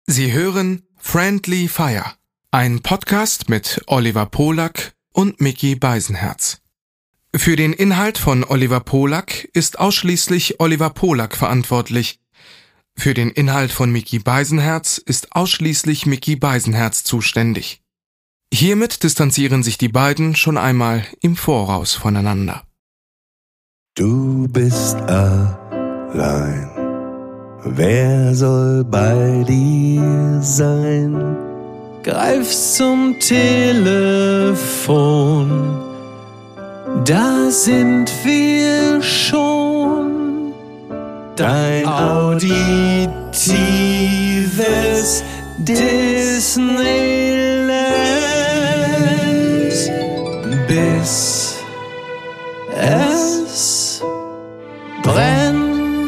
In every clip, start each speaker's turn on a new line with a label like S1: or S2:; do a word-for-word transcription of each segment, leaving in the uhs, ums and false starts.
S1: Sie hören Friendly Fire, ein Podcast mit Oliver Polak und Micky Beisenherz. Für den Inhalt von Oliver Polak ist ausschließlich Oliver Polak verantwortlich. Für den Inhalt von Micky Beisenherz ist ausschließlich Micky Beisenherz zuständig. Hiermit distanzieren sich die beiden schon einmal im Voraus voneinander.
S2: Du bist allein. Wer soll bei dir sein? Greif zum Telefon, da sind wir schon. Dein auditives Disneyland, bis es brennt.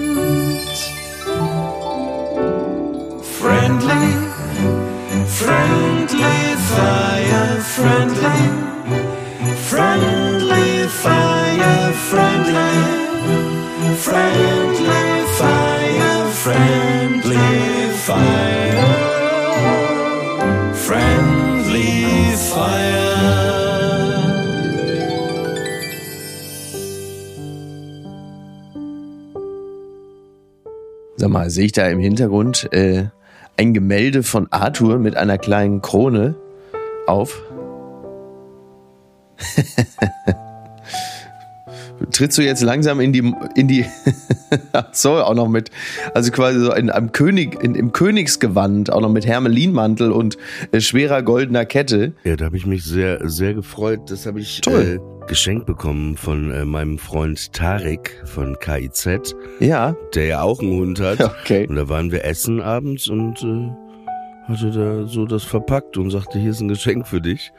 S2: Friendly, friendly fire, friendly, friendly fire, friendly, friendly fire, friendly fire, friendly fire. Sag mal, sehe ich da im Hintergrund äh, ein Gemälde von Arthur mit einer kleinen Krone auf? Trittst du jetzt langsam in die, in die, so, auch noch mit, also quasi so in einem König, in, im Königsgewand, auch noch mit Hermelinmantel und äh, schwerer goldener Kette.
S3: Ja, da habe ich mich sehr, sehr gefreut. Das habe ich äh, geschenkt bekommen von äh, meinem Freund Tarek von K I Z.
S2: Ja. Der
S3: ja auch einen Hund hat.
S2: Okay.
S3: Und da waren wir essen abends und äh, hatte da so das verpackt und sagte, hier ist ein Geschenk für dich.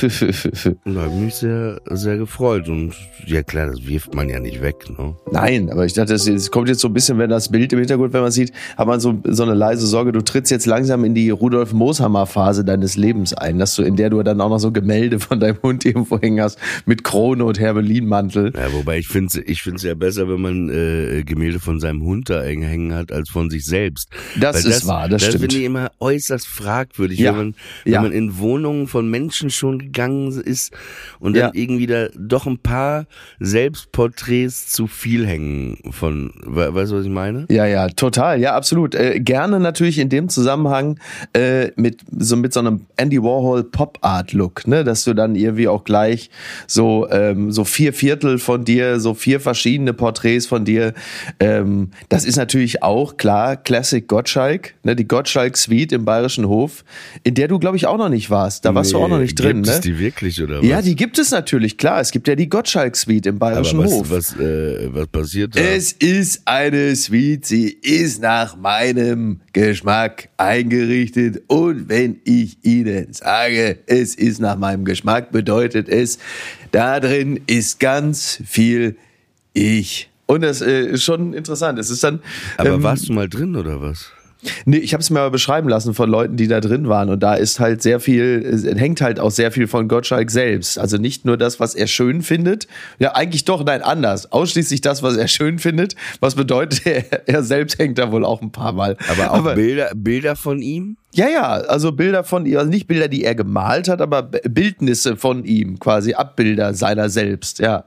S3: Und da habe ich mich sehr, sehr gefreut. Und ja klar, das wirft man ja nicht weg, ne?
S2: Nein, aber ich dachte, es kommt jetzt so ein bisschen, wenn das Bild im Hintergrund, wenn man sieht, hat man so, so eine leise Sorge, du trittst jetzt langsam in die Rudolf Mooshammer-Phase deines Lebens ein, dass du, in der du dann auch noch so Gemälde von deinem Hund irgendwo hängen hast, mit Krone und Hermelinmantel.
S3: Ja, wobei ich finde es ich find's ja besser, wenn man äh, Gemälde von seinem Hund da hängen hat, als von sich selbst.
S2: Das Weil ist das, wahr, das, das stimmt.
S3: Das finde ich immer äußerst fragwürdig,
S2: ja.
S3: wenn man wenn
S2: ja.
S3: man in Wohnungen von Menschen schon gegangen ist und dann ja. irgendwie da doch ein paar Selbstporträts zu viel hängen von, weißt du, was ich meine?
S2: Ja, ja, total, ja, absolut. Äh, gerne natürlich in dem Zusammenhang äh, mit so mit so einem Andy Warhol Pop-Art-Look, ne, dass du dann irgendwie auch gleich so ähm, so vier Viertel von dir, so vier verschiedene Porträts von dir. Ähm, das ist natürlich auch klar Classic Gottschalk, ne, die Gottschalk Suite im Bayerischen Hof, in der du, glaube ich, auch noch nicht warst. Da warst nee, du auch noch nicht drin,
S3: gibt
S2: ne?
S3: Gibt es die wirklich, oder was?
S2: Ja, die gibt es natürlich, klar. Es gibt ja die Gottschalk Suite im Bayerischen
S3: Aber was,
S2: Hof.
S3: Was, äh, was passiert da?
S2: Es ist eine Suite, sie ist nach meinem Geschmack eingerichtet. Und wenn ich Ihnen sage, es ist nach meinem Geschmack, bedeutet es, da drin ist ganz viel Ich. Und das äh, ist schon interessant. Es ist dann.
S3: Aber
S2: ähm,
S3: warst du mal drin, oder was?
S2: Nee, ich habe es mir aber beschreiben lassen von Leuten, die da drin waren. Und da ist halt sehr viel, es hängt halt auch sehr viel von Gottschalk selbst. Also nicht nur das, was er schön findet. Ja, eigentlich doch, nein, anders. Ausschließlich das, was er schön findet. Was bedeutet, er, er selbst hängt da wohl auch ein paar Mal.
S3: Aber auch aber, Bilder, Bilder von ihm?
S2: Ja, ja, also Bilder von ihm, also nicht Bilder, die er gemalt hat, aber Bildnisse von ihm, quasi Abbilder seiner selbst, ja.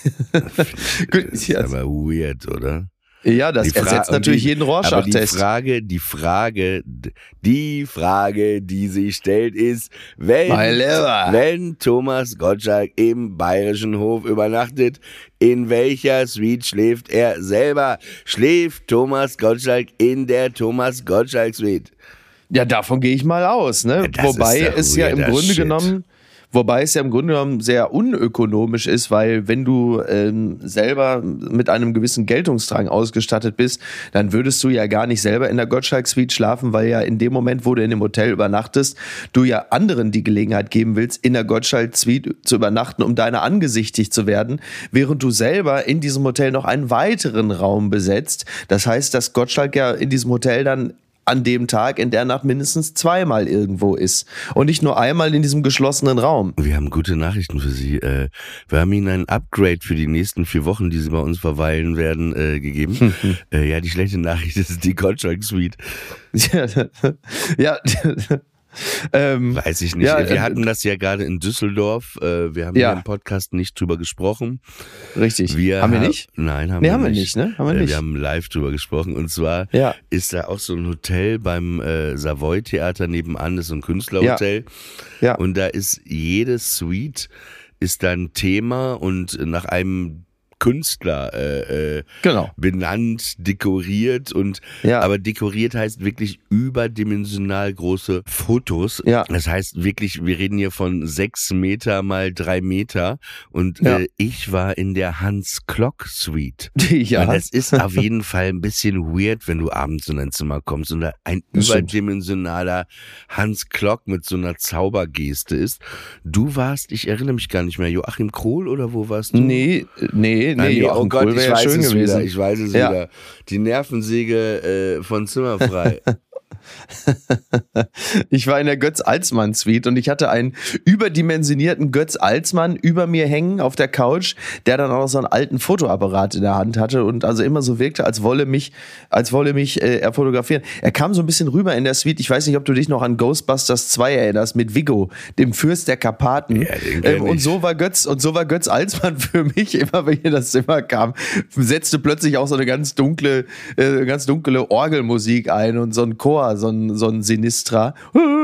S3: Gut, das ist aber weird, oder?
S2: Ja, das Fra- ersetzt natürlich die, jeden Rorschach-Test.
S3: Aber die Frage, die Frage, die Frage, die sich stellt, ist, wenn, wenn Thomas Gottschalk im Bayerischen Hof übernachtet, in welcher Suite schläft er selber? Schläft Thomas Gottschalk in der Thomas Gottschalk Suite?
S2: Ja, davon gehe ich mal aus, ne?
S3: Ja,
S2: Wobei es ja im Grunde
S3: Shit.
S2: genommen Wobei es ja im Grunde genommen sehr unökonomisch ist, weil wenn du ähm, selber mit einem gewissen Geltungsdrang ausgestattet bist, dann würdest du ja gar nicht selber in der Gottschalk-Suite schlafen, weil ja in dem Moment, wo du in dem Hotel übernachtest, du ja anderen die Gelegenheit geben willst, in der Gottschalk-Suite zu übernachten, um deiner angesichtigt zu werden, während du selber in diesem Hotel noch einen weiteren Raum besetzt. Das heißt, dass Gottschalk ja in diesem Hotel dann an dem Tag, in der Nacht mindestens zweimal irgendwo ist. Und nicht nur einmal in diesem geschlossenen Raum.
S3: Wir haben gute Nachrichten für Sie. Wir haben Ihnen ein Upgrade für die nächsten vier Wochen, die Sie bei uns verweilen werden, gegeben. Ja, die schlechte Nachricht ist die Gottschalk Suite.
S2: Ja, ja.
S3: Ähm, Weiß ich nicht. Ja, wir hatten das ja gerade in Düsseldorf. Wir haben ja im Podcast nicht drüber gesprochen.
S2: Richtig.
S3: Wir
S2: haben wir nicht?
S3: Nein, haben
S2: nee,
S3: wir
S2: haben
S3: nicht.
S2: Wir nicht, ne? Haben wir nicht.
S3: Wir haben live drüber gesprochen. Und zwar
S2: ja.
S3: ist da auch so ein Hotel beim äh, Savoy Theater nebenan, das ist so ein Künstlerhotel.
S2: Ja. Ja.
S3: Und da ist jede Suite ist da ein Thema und nach einem Künstler äh, äh,
S2: genau.
S3: benannt, dekoriert und
S2: ja.
S3: aber dekoriert heißt wirklich überdimensional große Fotos.
S2: Ja.
S3: Das heißt wirklich, wir reden hier von sechs Meter mal drei Meter und
S2: ja.
S3: äh, ich war in der Hans Klock Suite.
S2: Ja.
S3: Und das ist auf jeden Fall ein bisschen weird, wenn du abends in dein Zimmer kommst und da ein
S2: das
S3: überdimensionaler Hans Klock mit so einer Zaubergeste ist. Du warst, ich erinnere mich gar nicht mehr, Joachim Krohl oder wo warst du?
S2: Nee, nee. Nee,
S3: nee, oh Gott, ich weiß es
S2: gewesen.
S3: wieder, ich weiß es
S2: ja.
S3: wieder. Die Nervensäge äh, von Zimmerfrei.
S2: Ich war in der Götz-Alsmann-Suite und ich hatte einen überdimensionierten Götz Alsmann über mir hängen auf der Couch, der dann auch noch so einen alten Fotoapparat in der Hand hatte und also immer so wirkte, als wolle mich, als wolle mich äh, er fotografieren. Er kam so ein bisschen rüber in der Suite. Ich weiß nicht, ob du dich noch an Ghostbusters zwei erinnerst mit Viggo, dem Fürst der Karpaten.
S3: Ja, den
S2: ähm, und so war Götz und so war Götz Alsmann für mich immer, wenn ich in das Zimmer kam, setzte plötzlich auch so eine ganz dunkle, äh, ganz dunkle Orgelmusik ein und so ein Chor. So ein, so ein Sinistra.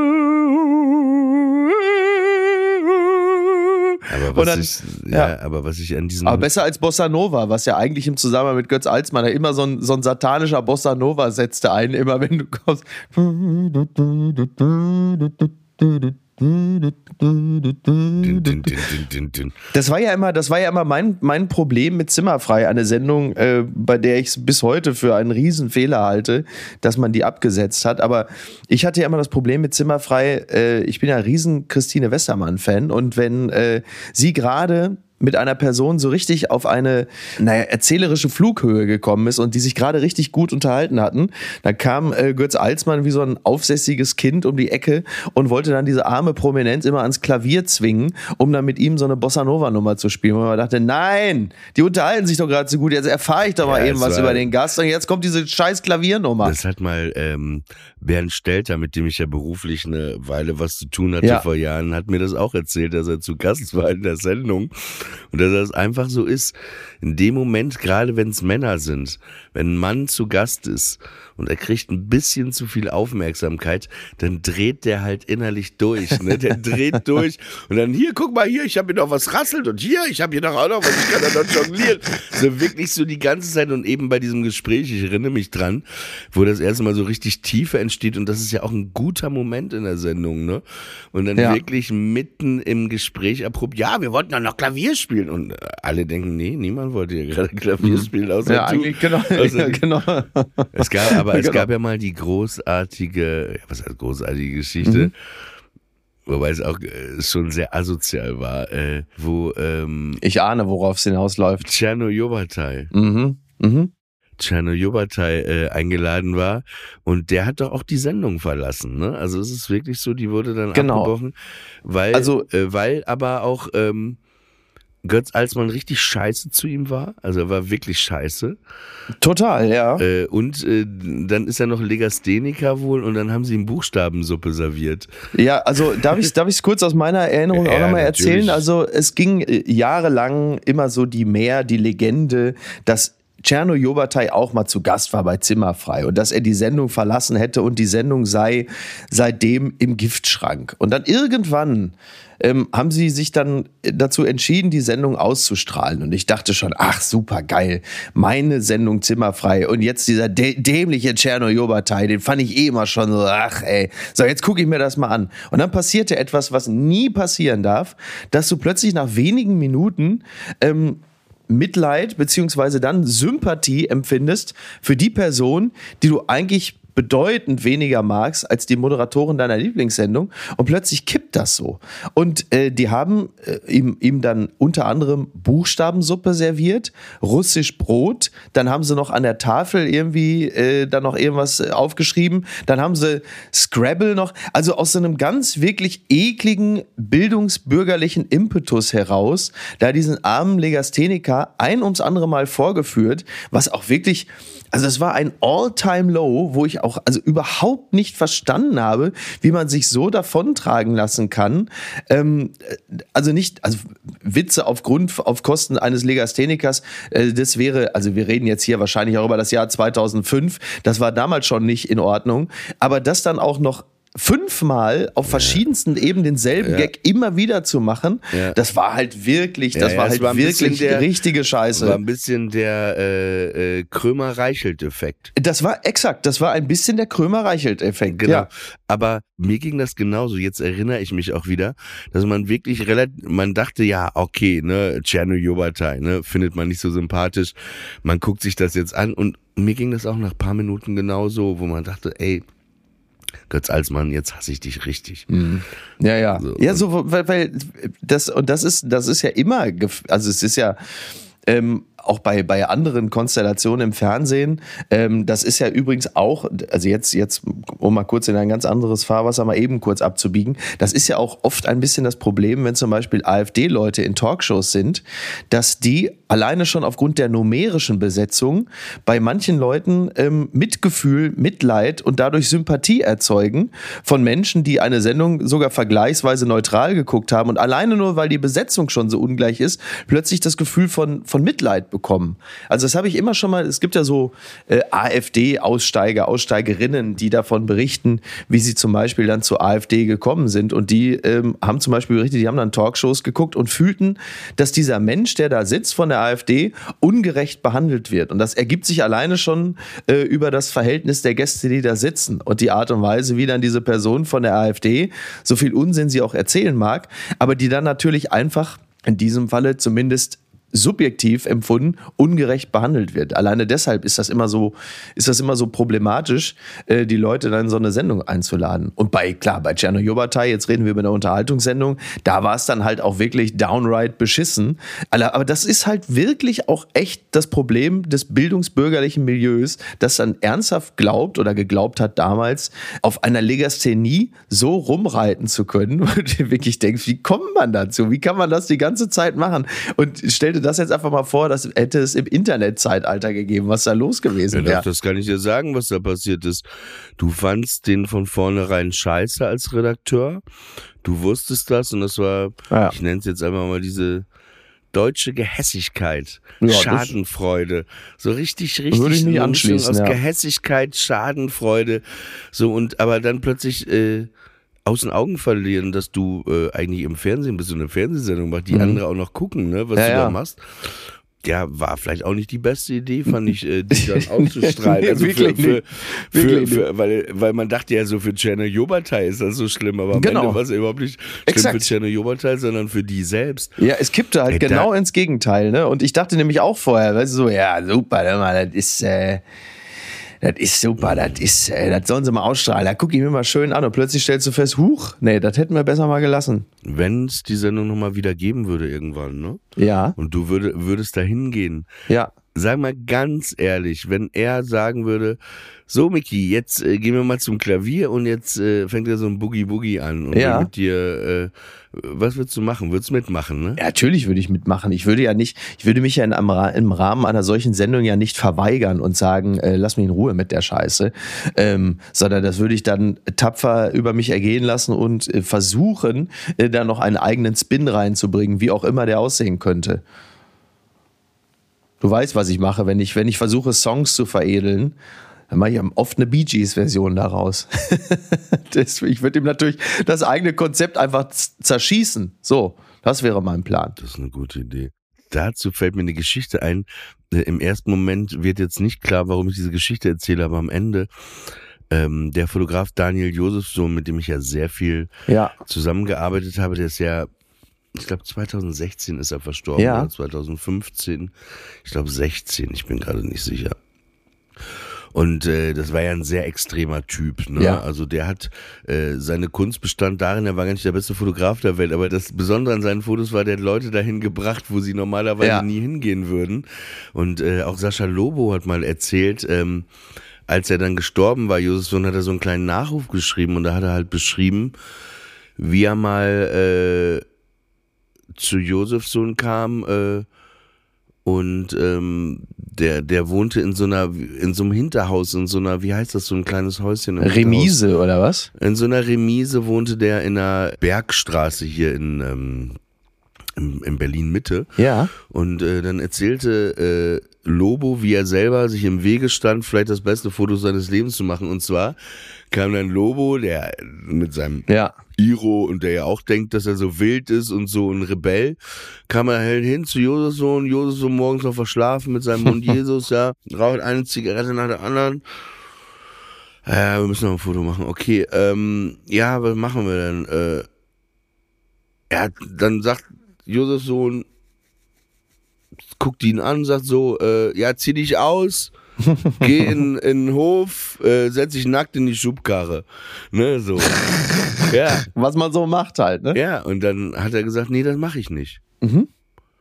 S3: Aber was,
S2: dann,
S3: ich, ja,
S2: ja.
S3: aber was ich an diesem...
S2: Aber besser als Bossa Nova, was ja eigentlich im Zusammenhang mit Götz Alsmann ja immer so ein, so ein satanischer Bossa Nova setzte ein, immer wenn du kommst. Das war ja immer, das war ja immer mein, mein Problem mit Zimmerfrei, eine Sendung, äh, bei der ich es bis heute für einen Riesenfehler halte, dass man die abgesetzt hat. Aber ich hatte ja immer das Problem mit Zimmerfrei, äh, ich bin ja ein riesen Christine Westermann-Fan und wenn äh, sie gerade mit einer Person so richtig auf eine, naja, erzählerische Flughöhe gekommen ist und die sich gerade richtig gut unterhalten hatten, dann kam äh, Götz Alsmann wie so ein aufsässiges Kind um die Ecke und wollte dann diese arme Prominenz immer ans Klavier zwingen, um dann mit ihm so eine Bossa-Nova-Nummer zu spielen. Und man dachte, nein, die unterhalten sich doch gerade so gut, jetzt erfahre ich doch mal ja, eben was über den Gast und jetzt kommt diese scheiß Klaviernummer.
S3: Das hat mal ähm, Bernd Stelter, mit dem ich ja beruflich eine Weile was zu tun hatte ja. vor Jahren, hat mir das auch erzählt, dass er zu Gast war in der Sendung. Und dass das einfach so ist, in dem Moment, gerade wenn es Männer sind, wenn ein Mann zu Gast ist und er kriegt ein bisschen zu viel Aufmerksamkeit, dann dreht der halt innerlich durch, ne? Der dreht durch und dann hier, guck mal hier, ich habe hier noch was rasselt und hier, ich habe hier noch auch noch was, ich kann da noch jonglieren. So wirklich so die ganze Zeit und eben bei diesem Gespräch, ich erinnere mich dran, wo das erste Mal so richtig Tiefe entsteht und das ist ja auch ein guter Moment in der Sendung, ne? Und dann ja. wirklich mitten im Gespräch abrupt, ja, wir wollten doch noch Klavier spielen und alle denken, nee, niemand wollte hier gerade Klavier spielen, außer
S2: ja,
S3: du.
S2: Eigentlich, genau, außer, ja, genau.
S3: Es gab, aber es
S2: genau.
S3: gab ja mal die großartige, ja, was heißt großartige Geschichte, mhm. wobei es auch äh, schon sehr asozial war, äh, wo ähm,
S2: ich ahne, worauf es hinausläuft.
S3: Tscherno Jobatai.
S2: Mhm. Mhm.
S3: Tscherno Jobatai äh, eingeladen war und der hat doch auch die Sendung verlassen, ne? Also es ist wirklich so, die wurde dann
S2: genau.
S3: abgebrochen, weil,
S2: also,
S3: äh, weil aber auch ähm, Götz Alsmann richtig scheiße zu ihm war, also er war wirklich scheiße.
S2: Total, ja.
S3: Äh, und äh, dann ist er noch Legastheniker wohl und dann haben sie ihm Buchstabensuppe serviert.
S2: Ja, also darf ich darf ich es kurz aus meiner Erinnerung ja, auch nochmal erzählen? Also es ging jahrelang immer so die Mehr, die Legende, dass Tscherno Jobatai auch mal zu Gast war bei Zimmerfrei und dass er die Sendung verlassen hätte und die Sendung sei seitdem im Giftschrank. Und dann irgendwann ähm, haben sie sich dann dazu entschieden, die Sendung auszustrahlen. Und ich dachte schon, ach super geil, meine Sendung Zimmerfrei und jetzt dieser dä- dämliche Tscherno Jobatai, den fand ich eh immer schon so, ach ey, so jetzt gucke ich mir das mal an. Und dann passierte etwas, was nie passieren darf, dass du plötzlich nach wenigen Minuten ähm, Mitleid beziehungsweise dann Sympathie empfindest für die Person, die du eigentlich bedeutend weniger magst als die Moderatorin deiner Lieblingssendung und plötzlich kippt das so. Und äh, die haben äh, ihm, ihm dann unter anderem Buchstabensuppe serviert, russisch Brot, dann haben sie noch an der Tafel irgendwie äh, dann noch irgendwas aufgeschrieben, dann haben sie Scrabble noch, also aus so einem ganz wirklich ekligen, bildungsbürgerlichen Impetus heraus, da diesen armen Legastheniker ein ums andere Mal vorgeführt, was auch wirklich, also es war ein All-Time-Low, wo ich auch also überhaupt nicht verstanden habe, wie man sich so davontragen lassen kann. Ähm, also nicht, also Witze aufgrund, auf Kosten eines Legasthenikers, äh, das wäre, also wir reden jetzt hier wahrscheinlich auch über das Jahr zweitausendfünf, das war damals schon nicht in Ordnung, aber das dann auch noch fünfmal auf verschiedensten ja. Ebenen denselben ja. Gag immer wieder zu machen, ja. das war halt wirklich, das ja, war ja, halt war wirklich der, richtige Scheiße.
S3: War ein bisschen der äh, äh, Krömer-Reichelt-Effekt.
S2: Das war exakt, das war ein bisschen der Krömer-Reichelt-Effekt.
S3: Genau.
S2: Ja.
S3: Aber mir ging das genauso. Jetzt erinnere ich mich auch wieder, dass man wirklich relativ, man dachte ja, okay, ne, Tschernojobatai, ne, findet man nicht so sympathisch. Man guckt sich das jetzt an und mir ging das auch nach ein paar Minuten genauso, wo man dachte, ey, Götz Alsmann, jetzt hasse ich dich richtig.
S2: Mhm. Ja, ja.
S3: So.
S2: Ja, so, weil, weil das, und das ist, das ist ja immer, also es ist ja, ähm, auch bei, bei anderen Konstellationen im Fernsehen, ähm, das ist ja übrigens auch, also jetzt, jetzt, um mal kurz in ein ganz anderes Fahrwasser mal eben kurz abzubiegen, das ist ja auch oft ein bisschen das Problem, wenn zum Beispiel AfD-Leute in Talkshows sind, dass die alleine schon aufgrund der numerischen Besetzung bei manchen Leuten ähm, Mitgefühl, Mitleid und dadurch Sympathie erzeugen von Menschen, die eine Sendung sogar vergleichsweise neutral geguckt haben und alleine nur, weil die Besetzung schon so ungleich ist, plötzlich das Gefühl von, von Mitleid bekommen. Also das habe ich immer schon mal, es gibt ja so äh, AfD-Aussteiger, Aussteigerinnen, die davon berichten, wie sie zum Beispiel dann zur AfD gekommen sind und die ähm, haben zum Beispiel berichtet, die haben dann Talkshows geguckt und fühlten, dass dieser Mensch, der da sitzt von der AfD, ungerecht behandelt wird und das ergibt sich alleine schon äh, über das Verhältnis der Gäste, die da sitzen und die Art und Weise, wie dann diese Person von der AfD, so viel Unsinn sie auch erzählen mag, aber die dann natürlich einfach in diesem Falle zumindest subjektiv empfunden, ungerecht behandelt wird. Alleine deshalb ist das immer so, ist das immer so problematisch, äh, die Leute dann in so eine Sendung einzuladen. Und bei, klar, bei Tschernojobatai, jetzt reden wir über eine Unterhaltungssendung, da war es dann halt auch wirklich downright beschissen. Aber das ist halt wirklich auch echt das Problem des bildungsbürgerlichen Milieus, das dann ernsthaft glaubt oder geglaubt hat damals, auf einer Legasthenie so rumreiten zu können. Und du wirklich denkst, wie kommt man dazu? Wie kann man das die ganze Zeit machen? Und stellt das jetzt einfach mal vor, das hätte es im Internetzeitalter gegeben, was da los gewesen wäre.
S3: Ja, das kann ich dir sagen, was da passiert ist. Du fandst den von vornherein scheiße als Redakteur. Du wusstest das und das war, ja. ich nenne es jetzt einfach mal diese deutsche Gehässigkeit, ja, Schadenfreude. So richtig, richtig
S2: würde ich mich anschließen,
S3: aus
S2: ja.
S3: Gehässigkeit, Schadenfreude. So und aber dann plötzlich äh, aus den Augen verlieren, dass du äh, eigentlich im Fernsehen bist und eine Fernsehsendung machst, die mhm. andere auch noch gucken, ne, was
S2: ja,
S3: du
S2: ja.
S3: da machst. Ja, war vielleicht auch nicht die beste Idee, fand ich, äh, die dann auszustrahlen.
S2: Nee,
S3: also
S2: wirklich
S3: für, für,
S2: wirklich
S3: für, für, weil, weil man dachte ja so, für Tschernojobatai ist das so schlimm, aber am
S2: genau.
S3: Ende war es ja überhaupt nicht schlimm Exakt. für Tschernojobatai, sondern für die selbst.
S2: Ja, es kippte halt
S3: Ey,
S2: genau ins Gegenteil, ne? Und ich dachte nämlich auch vorher, weißt du, so, ja, super, das ist, äh, das ist super, das ist, äh, das sollen sie mal ausstrahlen. Da gucke ich mir mal schön an und plötzlich stellst du fest, huch, nee, das hätten wir besser mal gelassen.
S3: Wenn es die Sendung nochmal wieder geben würde irgendwann, ne?
S2: Ja.
S3: Und du würde, würdest da hingehen.
S2: Ja.
S3: Sag mal ganz ehrlich, wenn er sagen würde, so Micky, jetzt äh, gehen wir mal zum Klavier und jetzt äh, fängt er so ein Boogie-Boogie an und
S2: ja.
S3: mit dir, äh, was würdest du machen? Würdest du mitmachen, ne?
S2: Ja, natürlich würde ich mitmachen. Ich würde ja nicht, ich würde mich ja in, im Rahmen einer solchen Sendung ja nicht verweigern und sagen, äh, lass mich in Ruhe mit der Scheiße, ähm, sondern das würde ich dann tapfer über mich ergehen lassen und äh, versuchen, äh, da noch einen eigenen Spin reinzubringen, wie auch immer der aussehen könnte. Du weißt, was ich mache, wenn ich, wenn ich versuche, Songs zu veredeln, dann mache ich oft eine Bee Gees-Version daraus. das, ich würde ihm natürlich das eigene Konzept einfach zerschießen. So, das wäre mein Plan.
S3: Das ist eine gute Idee. Dazu fällt mir eine Geschichte ein. Im ersten Moment wird jetzt nicht klar, warum ich diese Geschichte erzähle, aber am Ende ähm, der Fotograf Daniel Josefsohn, mit dem ich ja sehr viel
S2: ja.
S3: zusammengearbeitet habe, der ist ja ich glaube zweitausendsechzehn ist er verstorben,
S2: ja.
S3: oder zweitausendfünfzehn, ich glaube sechzehn, ich bin gerade nicht sicher. Und äh, das war ja ein sehr extremer Typ. Ne?
S2: Ja.
S3: Also der hat, äh, seine Kunst bestand darin, er war gar nicht der beste Fotograf der Welt, aber das Besondere an seinen Fotos war, der hat Leute dahin gebracht, wo sie normalerweise
S2: Ja.
S3: nie hingehen würden. Und äh, auch Sascha Lobo hat mal erzählt, ähm, als er dann gestorben war, Josefsson, hat er so einen kleinen Nachruf geschrieben und da hat er halt beschrieben, wie er mal äh, zu Josefsson kam äh, und ähm, der der wohnte in so einer in so einem Hinterhaus, in so einer, wie heißt das, so ein kleines Häuschen im
S2: Remise
S3: Hinterhaus.
S2: oder was?
S3: In so einer Remise wohnte der in einer Bergstraße hier in ähm, in, in Berlin Mitte.
S2: Ja.
S3: Und äh, dann erzählte äh, Lobo, wie er selber sich im Wege stand, vielleicht das beste Foto seines Lebens zu machen. Und zwar kam dann Lobo, der mit seinem
S2: Ja.
S3: Iro und der ja auch denkt, dass er so wild ist und so ein Rebell, kam er halt hin zu Josefsson, Josefsson morgens noch verschlafen mit seinem Hund Jesus, ja, raucht eine Zigarette nach der anderen. Ja, wir müssen noch ein Foto machen. Okay, ähm, ja, was machen wir denn? Äh, ja, dann sagt Josefsson, guckt ihn an, sagt so, äh, ja, zieh dich aus, geh in, in den Hof, äh, setz dich nackt in die Schubkarre. Ne, so. Ja.
S2: Was man so macht halt, ne?
S3: Ja, und dann hat er gesagt, nee, das mache ich nicht.
S2: Mhm.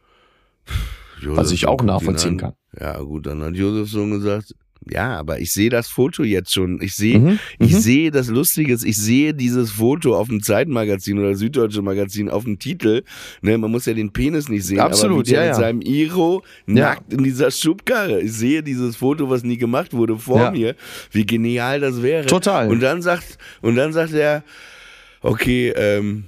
S3: Josefsson
S2: Was ich auch
S3: guckt ihn
S2: nachvollziehen
S3: an.
S2: kann.
S3: Ja, gut, dann hat Josefsson gesagt, ja, aber ich sehe das Foto jetzt schon. Ich sehe,
S2: Mhm.
S3: ich
S2: Mhm.
S3: sehe das Lustige ist, ich sehe dieses Foto auf dem Zeitmagazin oder Süddeutsche Magazin auf dem Titel. Ne, man muss ja den Penis nicht sehen,
S2: Absolut,
S3: aber wie der
S2: ja,
S3: mit
S2: ja.
S3: seinem Iro nackt in dieser Schubkarre. Ich sehe dieses Foto, was nie gemacht wurde, vor
S2: Ja.
S3: mir. Wie genial das wäre.
S2: Total.
S3: Und dann sagt, und dann sagt er, okay, ähm,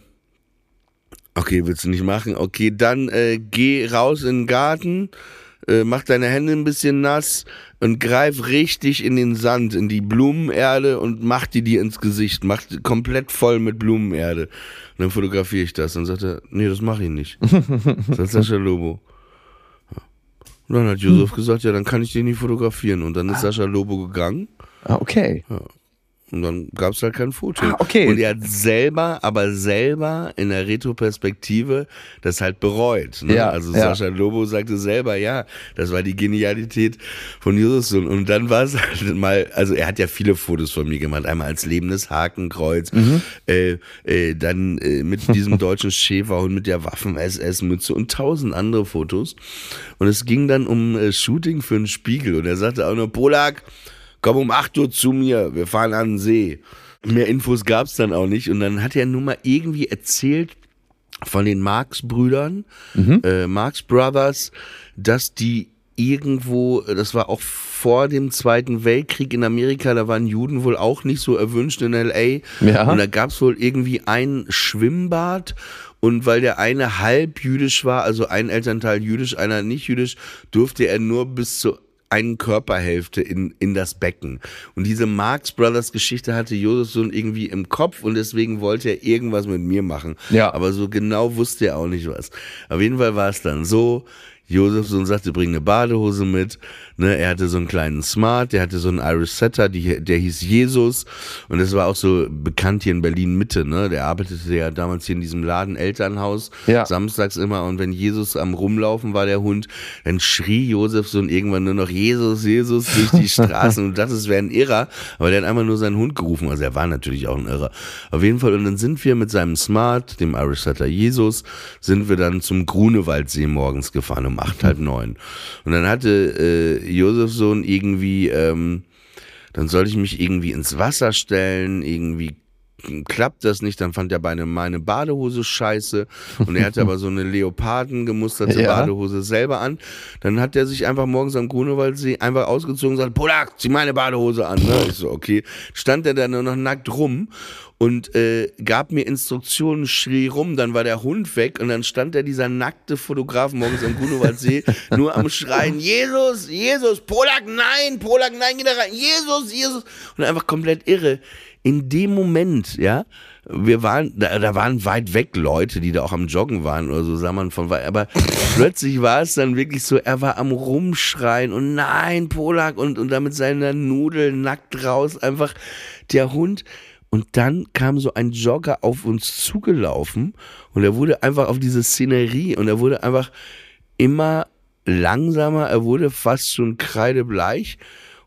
S3: okay, willst du nicht machen? Okay, dann äh, geh raus in den Garten, äh, mach deine Hände ein bisschen nass und greif richtig in den Sand, in die Blumenerde und mach die dir ins Gesicht. Mach die komplett voll mit Blumenerde. Und dann fotografiere ich das. Dann sagt er, nee, das mach ich nicht. Das ist Sascha Lobo. Ja. Und dann hat Josef gesagt, ja, dann kann ich den nicht fotografieren. Und dann ist Sascha Lobo gegangen.
S2: Ah, okay.
S3: Ja. Und dann gab es halt kein Foto.
S2: Ah, okay.
S3: Und er hat selber, aber selber in der Retroperspektive das halt bereut. Ne?
S2: Ja,
S3: also
S2: ja.
S3: Sascha Lobo sagte selber, ja, das war die Genialität von Josefsson. Und dann war es halt mal, also er hat ja viele Fotos von mir gemacht. Einmal als lebendes Hakenkreuz,
S2: Mhm.
S3: äh, äh, dann äh, mit diesem deutschen Schäferhund, mit der Waffen-S S-Mütze und tausend andere Fotos. Und es ging dann um äh, Shooting für einen Spiegel. Und er sagte auch noch, Polak, komm um acht Uhr zu mir, wir fahren an den See. Mehr Infos gab's dann auch nicht. Und dann hat er nur mal irgendwie erzählt von den Marx-Brüdern,
S2: Mhm.
S3: äh, Marx Brothers, dass die irgendwo, das war auch vor dem Zweiten Weltkrieg in Amerika, da waren Juden wohl auch nicht so erwünscht in L A.
S2: Ja.
S3: Und da gab's wohl irgendwie ein Schwimmbad. Und weil der eine halb jüdisch war, also ein Elternteil jüdisch, einer nicht jüdisch, durfte er nur bis zu einen Körperhälfte in, in das Becken. Und diese Marx Brothers Geschichte hatte Josefsson irgendwie im Kopf und deswegen wollte er irgendwas mit mir machen.
S2: Ja.
S3: Aber so genau wusste er auch nicht was. Auf jeden Fall war es dann so, Josefsson sagte, bring eine Badehose mit. Ne, er hatte so einen kleinen Smart, der hatte so einen Irish Setter, die, der hieß Jesus. Und das war auch so bekannt hier in Berlin Mitte. Ne? Der arbeitete ja damals hier in diesem Laden Elternhaus,
S2: Ja.
S3: samstags immer. Und wenn Jesus am Rumlaufen war, der Hund, dann schrie Josefsson irgendwann nur noch Jesus, Jesus durch die Straßen. Und das wäre ein Irrer. Aber der hat einfach nur seinen Hund gerufen. Also er war natürlich auch ein Irrer. Auf jeden Fall. Und dann sind wir mit seinem Smart, dem Irish Setter Jesus, sind wir dann zum Grunewaldsee morgens gefahren um acht, halb neun. Und dann hatte äh, Josefsson irgendwie, ähm, dann sollte ich mich irgendwie ins Wasser stellen, irgendwie klappt das nicht, dann fand er meine, meine Badehose scheiße und er hatte aber so eine leopardengemusterte
S2: Ja.
S3: Badehose selber an. Dann hat er sich einfach morgens am Grunewaldsee einfach ausgezogen und sagt, Polak, zieh meine Badehose an. Ne? Ich so, okay. Stand er dann nur noch nackt rum und äh, gab mir Instruktionen, schrie rum, dann war der Hund weg und dann stand da dieser nackte Fotograf morgens am Grunewaldsee nur am Schreien, Jesus, Jesus, Polak, nein, Polak, nein, geh da rein, Jesus, Jesus. Und einfach komplett irre. In dem Moment, ja, wir waren, da, da waren weit weg Leute, die da auch am Joggen waren oder so, sah man von weit, aber plötzlich war es dann wirklich so, er war am Rumschreien und nein, Polak und, und da mit seiner Nudel nackt raus, einfach der Hund. Und dann kam so ein Jogger auf uns zugelaufen und er wurde einfach auf diese Szenerie und er wurde einfach immer langsamer, er wurde fast schon kreidebleich.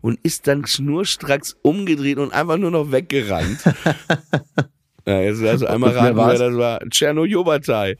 S3: und ist dann schnurstracks umgedreht und einfach nur noch weggerannt. Ja, jetzt also einmal raten, wer das war. Tscherno Jobatai.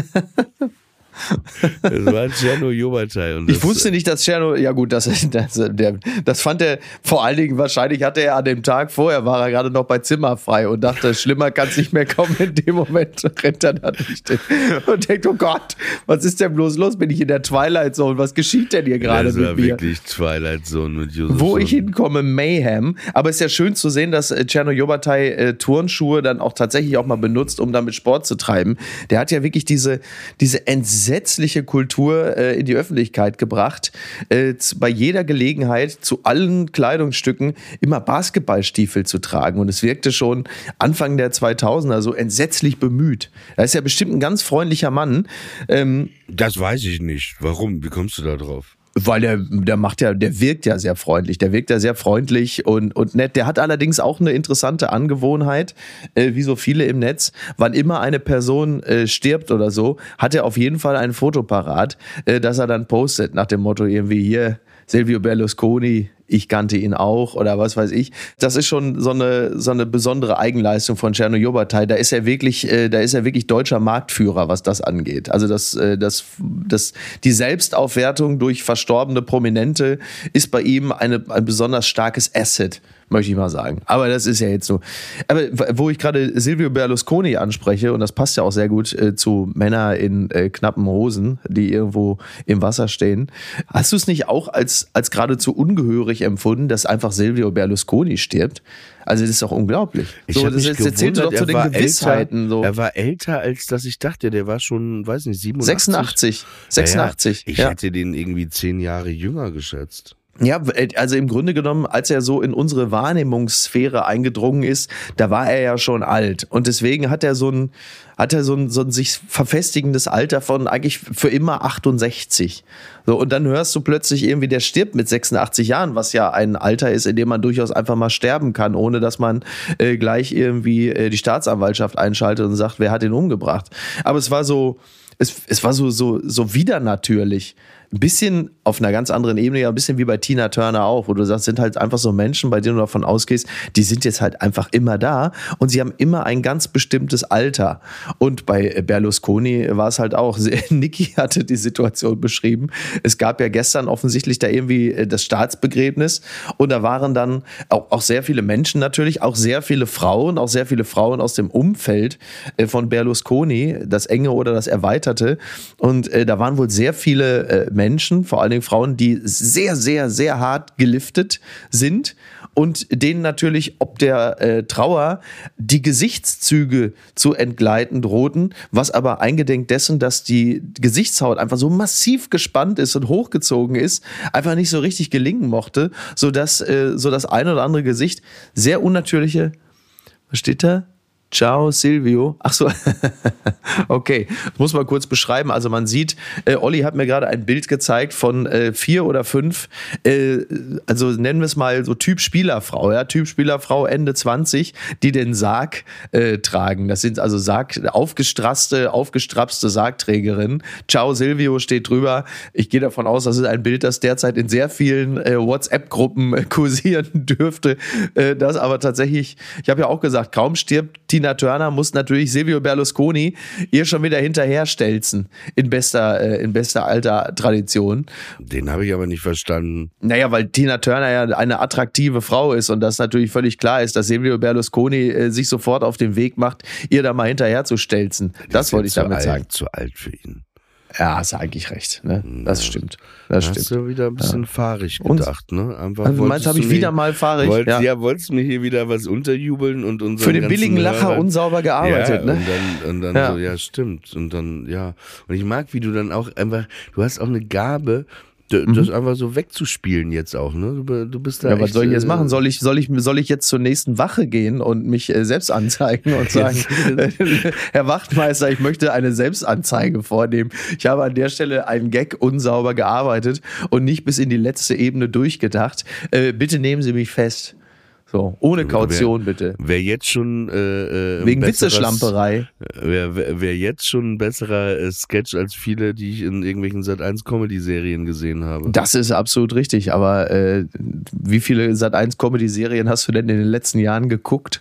S3: Das war Tscherno Jobatai.
S2: Ich wusste nicht, dass Tscherno, ja gut, das, das, der, das fand er, vor allen Dingen wahrscheinlich hatte er an dem Tag vorher, war er gerade noch bei Zimmerfrei und dachte, schlimmer kann es nicht mehr kommen. In dem Moment rennt er da nicht hin und denkt, oh Gott, was ist denn bloß los? Bin ich in der Twilight Zone? Was geschieht denn hier gerade mit mir? Das war
S3: wirklich Twilight Zone mit Josef.
S2: Wo ich hinkomme, Mayhem. Aber es ist ja schön zu sehen, dass Tscherno Jobatai äh, Turnschuhe dann auch tatsächlich auch mal benutzt, um damit Sport zu treiben. Der hat ja wirklich diese, diese Entsetzung entsetzliche Kultur äh, in die Öffentlichkeit gebracht, äh, zu, bei jeder Gelegenheit zu allen Kleidungsstücken immer Basketballstiefel zu tragen und es wirkte schon Anfang der zweitausender so entsetzlich bemüht. Er ist ja bestimmt ein ganz freundlicher Mann. Ähm,
S3: das weiß ich nicht. Warum? Wie kommst du da drauf?
S2: Weil der, der macht ja, der wirkt ja sehr freundlich, der wirkt ja sehr freundlich und, und nett. Der hat allerdings auch eine interessante Angewohnheit, äh, wie so viele im Netz. Wann immer eine Person äh, stirbt oder so, hat er auf jeden Fall ein Foto parat, äh, das er dann postet nach dem Motto irgendwie hier, Silvio Berlusconi, ich kannte ihn auch oder was weiß ich. Das ist schon so eine, so eine besondere Eigenleistung von Tscherno Jobatai. Da ist er wirklich, äh, da ist er wirklich deutscher Marktführer, was das angeht. Also das, äh, das, das, die Selbstaufwertung durch verstorbene Prominente ist bei ihm eine, ein besonders starkes Asset, möchte ich mal sagen. Aber das ist ja jetzt so. Aber wo ich gerade Silvio Berlusconi anspreche, und das passt ja auch sehr gut äh, zu Männern in äh, knappen Hosen, die irgendwo im Wasser stehen. Hast du es nicht auch als, als geradezu ungehörig empfunden, dass einfach Silvio Berlusconi stirbt? Also das ist doch unglaublich.
S3: Ich
S2: so,
S3: habe mich
S2: das erzählt doch zu den Gewissheiten.
S3: Älter,
S2: so.
S3: Er war älter, als dass ich dachte. Der war schon, weiß nicht, siebenundachtzig.
S2: sechsundachtzig. sechsundachtzig.
S3: Ja, ja. Ich
S2: ja.
S3: hätte den irgendwie zehn Jahre jünger geschätzt.
S2: Ja, also im Grunde genommen, als er so in unsere Wahrnehmungssphäre eingedrungen ist, da war er ja schon alt. Und deswegen hat er so ein, hat er so ein, so ein sich verfestigendes Alter von eigentlich für immer achtundsechzig. So, und dann hörst du plötzlich irgendwie, der stirbt mit sechsundachtzig Jahren, was ja ein Alter ist, in dem man durchaus einfach mal sterben kann, ohne dass man äh, gleich irgendwie äh, die Staatsanwaltschaft einschaltet und sagt, wer hat ihn umgebracht. Aber es war so, es, es war so, so, so widernatürlich. Ein bisschen auf einer ganz anderen Ebene, ja, ein bisschen wie bei Tina Turner auch, wo du sagst, sind halt einfach so Menschen, bei denen du davon ausgehst, die sind jetzt halt einfach immer da und sie haben immer ein ganz bestimmtes Alter. Und bei Berlusconi war es halt auch, Niki hatte die Situation beschrieben, es gab ja gestern offensichtlich da irgendwie das Staatsbegräbnis und da waren dann auch, auch sehr viele Menschen natürlich, auch sehr viele Frauen, auch sehr viele Frauen aus dem Umfeld von Berlusconi, das enge oder das erweiterte, und äh, da waren wohl sehr viele äh, Menschen, vor allen Dingen Frauen, die sehr, sehr, sehr hart geliftet sind und denen natürlich ob der äh, Trauer die Gesichtszüge zu entgleiten drohten, was aber eingedenk dessen, dass die Gesichtshaut einfach so massiv gespannt ist und hochgezogen ist, einfach nicht so richtig gelingen mochte, sodass äh, so das ein oder andere Gesicht sehr unnatürliche, was steht da? Ciao, Silvio. Ach so, okay. Das muss man kurz beschreiben. Also man sieht, äh, Olli hat mir gerade ein Bild gezeigt von äh, vier oder fünf, äh, also nennen wir es mal so Typ Spielerfrau, ja, Typ Spielerfrau Ende zwanzig, die den Sarg äh, tragen. Das sind also Sarg, aufgestrasste, aufgestrapste Sargträgerinnen. Ciao, Silvio steht drüber. Ich gehe davon aus, das ist ein Bild, das derzeit in sehr vielen äh, WhatsApp-Gruppen äh, kursieren dürfte. Äh, das aber tatsächlich, ich habe ja auch gesagt, kaum stirbt Tina Turner, muss natürlich Silvio Berlusconi ihr schon wieder hinterher stelzen. In bester, äh, in bester alter Tradition.
S3: Den habe ich aber nicht verstanden.
S2: Naja, weil Tina Turner ja eine attraktive Frau ist und das natürlich völlig klar ist, dass Silvio Berlusconi äh, sich sofort auf den Weg macht, ihr da mal hinterher zu stelzen. Das wollte ich damit
S3: alt,
S2: sagen.
S3: Zu alt für ihn.
S2: Ja, hast du eigentlich recht. Ne? Das ja, stimmt. Das
S3: hast
S2: stimmt.
S3: du wieder ein bisschen ja. fahrig gedacht, ne? Einfach
S2: also meinst, habe ich wieder mal fahrig?
S3: Wolltest,
S2: ja.
S3: ja, wolltest du mir hier wieder was unterjubeln und unseren
S2: für den billigen Lacher
S3: Hörern,
S2: unsauber gearbeitet,
S3: ja,
S2: ne?
S3: Und dann, und dann
S2: ja.
S3: so, ja, stimmt. Und dann, ja. Und ich mag, wie du dann auch einfach, du hast auch eine Gabe, das mhm. einfach so wegzuspielen jetzt auch, ne? Du, du bist da.
S2: Ja,
S3: echt,
S2: was soll ich jetzt machen? Soll ich, soll ich, soll ich jetzt zur nächsten Wache gehen und mich äh, selbst anzeigen und sagen, äh, Herr Wachtmeister, ich möchte eine Selbstanzeige vornehmen. Ich habe an der Stelle einen Gag unsauber gearbeitet und nicht bis in die letzte Ebene durchgedacht. Äh, bitte nehmen Sie mich fest. So, ohne Kaution,
S3: wer,
S2: bitte.
S3: Wer jetzt schon äh,
S2: wegen Witzeschlamperei.
S3: Wer, wer, wer jetzt schon ein besserer äh, Sketch als viele, die ich in irgendwelchen Sat eins Comedy-Serien gesehen habe.
S2: Das ist absolut richtig, aber äh, wie viele Sat eins Comedy-Serien hast du denn in den letzten Jahren geguckt?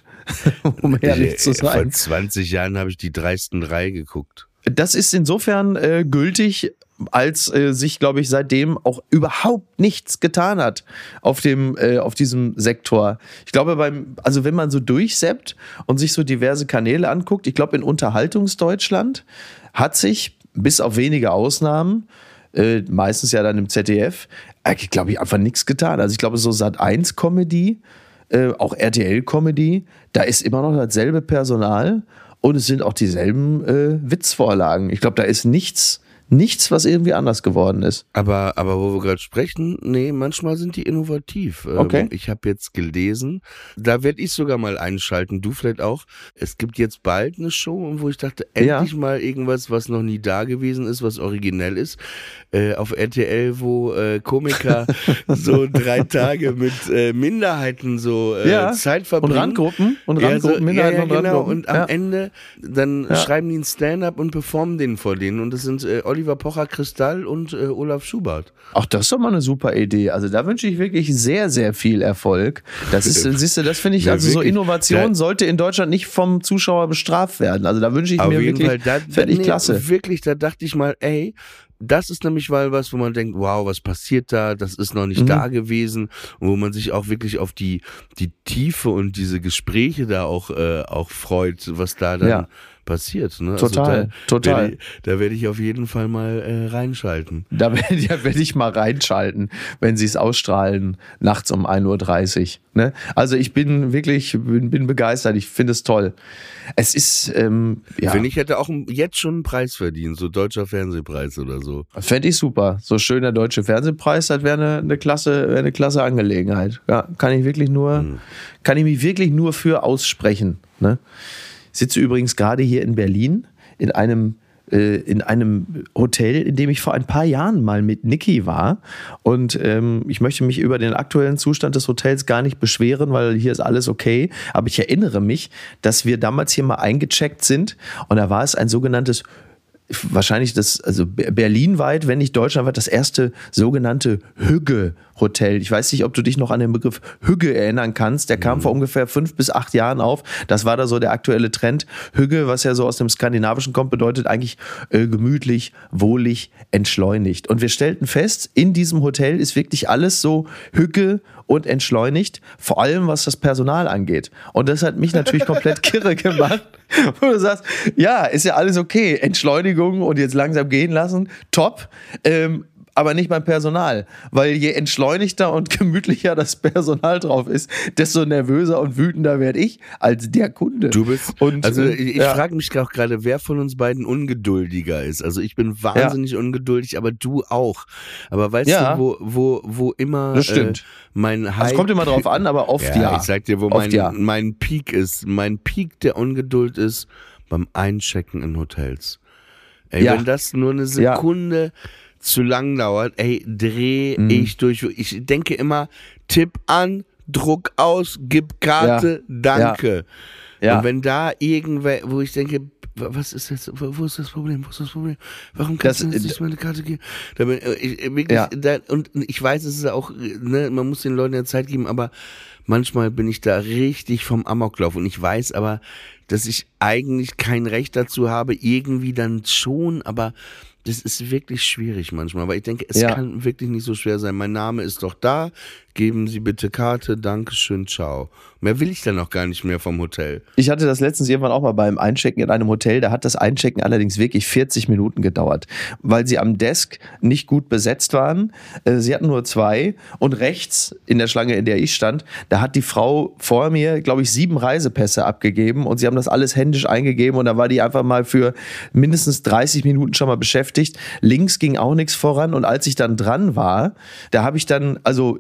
S2: Um ehrlich zu sein.
S3: Vor zwanzig Jahren habe ich die dreisten drei geguckt.
S2: Das ist insofern äh, gültig, als äh, sich, glaube ich, seitdem auch überhaupt nichts getan hat auf dem, äh, auf diesem Sektor. Ich glaube, beim, also wenn man so durchseppt und sich so diverse Kanäle anguckt, ich glaube, in Unterhaltungsdeutschland hat sich, bis auf wenige Ausnahmen, äh, meistens ja dann im Z D F, eigentlich, glaube ich, einfach nichts getan. Also ich glaube, so Sat eins Comedy, äh, auch R T L Comedy, da ist immer noch dasselbe Personal und es sind auch dieselben äh, Witzvorlagen. Ich glaube, da ist nichts, nichts, was irgendwie anders geworden ist.
S3: Aber, aber wo wir gerade sprechen, nee, manchmal sind die innovativ.
S2: Okay.
S3: Ähm, ich habe jetzt gelesen, da werde ich sogar mal einschalten, du vielleicht auch. Es gibt jetzt bald eine Show, wo ich dachte, endlich ja. mal irgendwas, was noch nie da gewesen ist, was originell ist. Äh, auf R T L, wo äh, Komiker so drei Tage mit äh, Minderheiten so äh, ja. Zeit verbringen.
S2: Und Randgruppen. Und
S3: Randgruppen,
S2: ja, so, Minderheiten
S3: ja, ja,
S2: und
S3: genau.
S2: Randgruppen.
S3: Und am
S2: ja.
S3: Ende, dann
S2: ja.
S3: schreiben die ein Stand-up und performen den vor denen. Und das sind äh, Oliver Pocher-Kristall und äh, Olaf Schubert.
S2: Ach, das ist doch mal eine super Idee. Also da wünsche ich wirklich sehr, sehr viel Erfolg. Das ist, siehst du, das finde ich,
S3: ja,
S2: also
S3: wirklich.
S2: so Innovation da, sollte in Deutschland nicht vom Zuschauer bestraft werden. Also da wünsche ich
S3: mir
S2: wirklich,
S3: Fall, da,
S2: fände ich
S3: nee,
S2: klasse.
S3: Wirklich, da dachte ich mal, ey, das ist nämlich mal was, wo man denkt, wow, was passiert da? Das ist noch nicht mhm. da gewesen. Und wo man sich auch wirklich auf die, die Tiefe und diese Gespräche da auch, äh, auch freut, was da dann ja. passiert. Ne?
S2: Total,
S3: also da
S2: total.
S3: Werde ich, da werde ich auf jeden Fall mal äh, reinschalten.
S2: Da werde ja, werd ich mal reinschalten, wenn sie es ausstrahlen, nachts um ein Uhr dreißig. Ne? Also ich bin wirklich, bin, bin begeistert, ich finde es toll. Es ist, ähm, ja.
S3: Finde ich, hätte auch jetzt schon einen Preis verdient, so deutscher Fernsehpreis oder so.
S2: Fände ich super. So schön der deutsche Fernsehpreis, das wäre eine, eine klasse, wäre eine klasse Angelegenheit. Ja, kann ich wirklich nur, hm. kann ich mich wirklich nur für aussprechen. Ne? Ich sitze übrigens gerade hier in Berlin in einem in einem Hotel, in dem ich vor ein paar Jahren mal mit Niki war. Und ähm, ich möchte mich über den aktuellen Zustand des Hotels gar nicht beschweren, weil hier ist alles okay. Aber ich erinnere mich, dass wir damals hier mal eingecheckt sind und da war es ein sogenanntes, wahrscheinlich das, also berlinweit, wenn nicht deutschlandweit, das erste sogenannte Hügge-Hotel. Ich weiß nicht, ob du dich noch an den Begriff Hügge erinnern kannst. Der kam mhm. vor ungefähr fünf bis acht Jahren auf. Das war da so der aktuelle Trend. Hügge, was ja so aus dem Skandinavischen kommt, bedeutet eigentlich äh, gemütlich, wohlig, entschleunigt. Und wir stellten fest, in diesem Hotel ist wirklich alles so Hügge und entschleunigt, vor allem was das Personal angeht. Und das hat mich natürlich komplett kirre gemacht, wo du sagst, ja, ist ja alles okay, Entschleunigung und jetzt langsam gehen lassen, top, ähm, aber nicht beim Personal, weil je entschleunigter und gemütlicher das Personal drauf ist, desto nervöser und wütender werde ich als der Kunde.
S3: Du bist,
S2: und,
S3: also ich, ich
S2: ja.
S3: frage mich auch gerade, wer von uns beiden ungeduldiger ist. Also ich bin wahnsinnig ja. ungeduldig, aber du auch. Aber weißt
S2: ja.
S3: du, wo, wo, wo immer
S2: das stimmt.
S3: Äh, mein Hype...
S2: Also kommt immer drauf an, aber oft ja.
S3: ja. Ich sag dir, wo mein,
S2: ja.
S3: mein Peak ist. Mein Peak der Ungeduld ist beim Einchecken in Hotels. Ey, ja. wenn das nur eine Sekunde... Ja. zu lang dauert, ey, dreh mhm. ich durch. Ich denke immer, Tipp an, Druck aus, gib Karte, ja. danke. Ja. Ja. Und wenn da irgendwer, wo ich denke, was ist jetzt, wo ist das Problem, wo ist das Problem? Warum kannst das, du jetzt nicht meine Karte geben? Da bin ich, wirklich, ja. da, und ich weiß, es ist auch, ne, man muss den Leuten ja Zeit geben, aber manchmal bin ich da richtig vom Amoklauf und ich weiß aber, dass ich eigentlich kein Recht dazu habe, irgendwie dann schon, aber das ist wirklich schwierig manchmal, aber ich denke, es ja. kann wirklich nicht so schwer sein. Mein Name ist doch da, geben Sie bitte Karte, Dankeschön, ciao. Mehr will ich dann auch gar nicht mehr vom Hotel.
S2: Ich hatte das letztens irgendwann auch mal beim Einchecken in einem Hotel, da hat das Einchecken allerdings wirklich vierzig Minuten gedauert, weil sie am Desk nicht gut besetzt waren. Sie hatten nur zwei und rechts in der Schlange, in der ich stand, da hat die Frau vor mir, glaube ich, sieben Reisepässe abgegeben und sie haben das alles händisch eingegeben und da war die einfach mal für mindestens dreißig Minuten schon mal beschäftigt. Links ging auch nichts voran und als ich dann dran war, da habe ich dann, also ich habe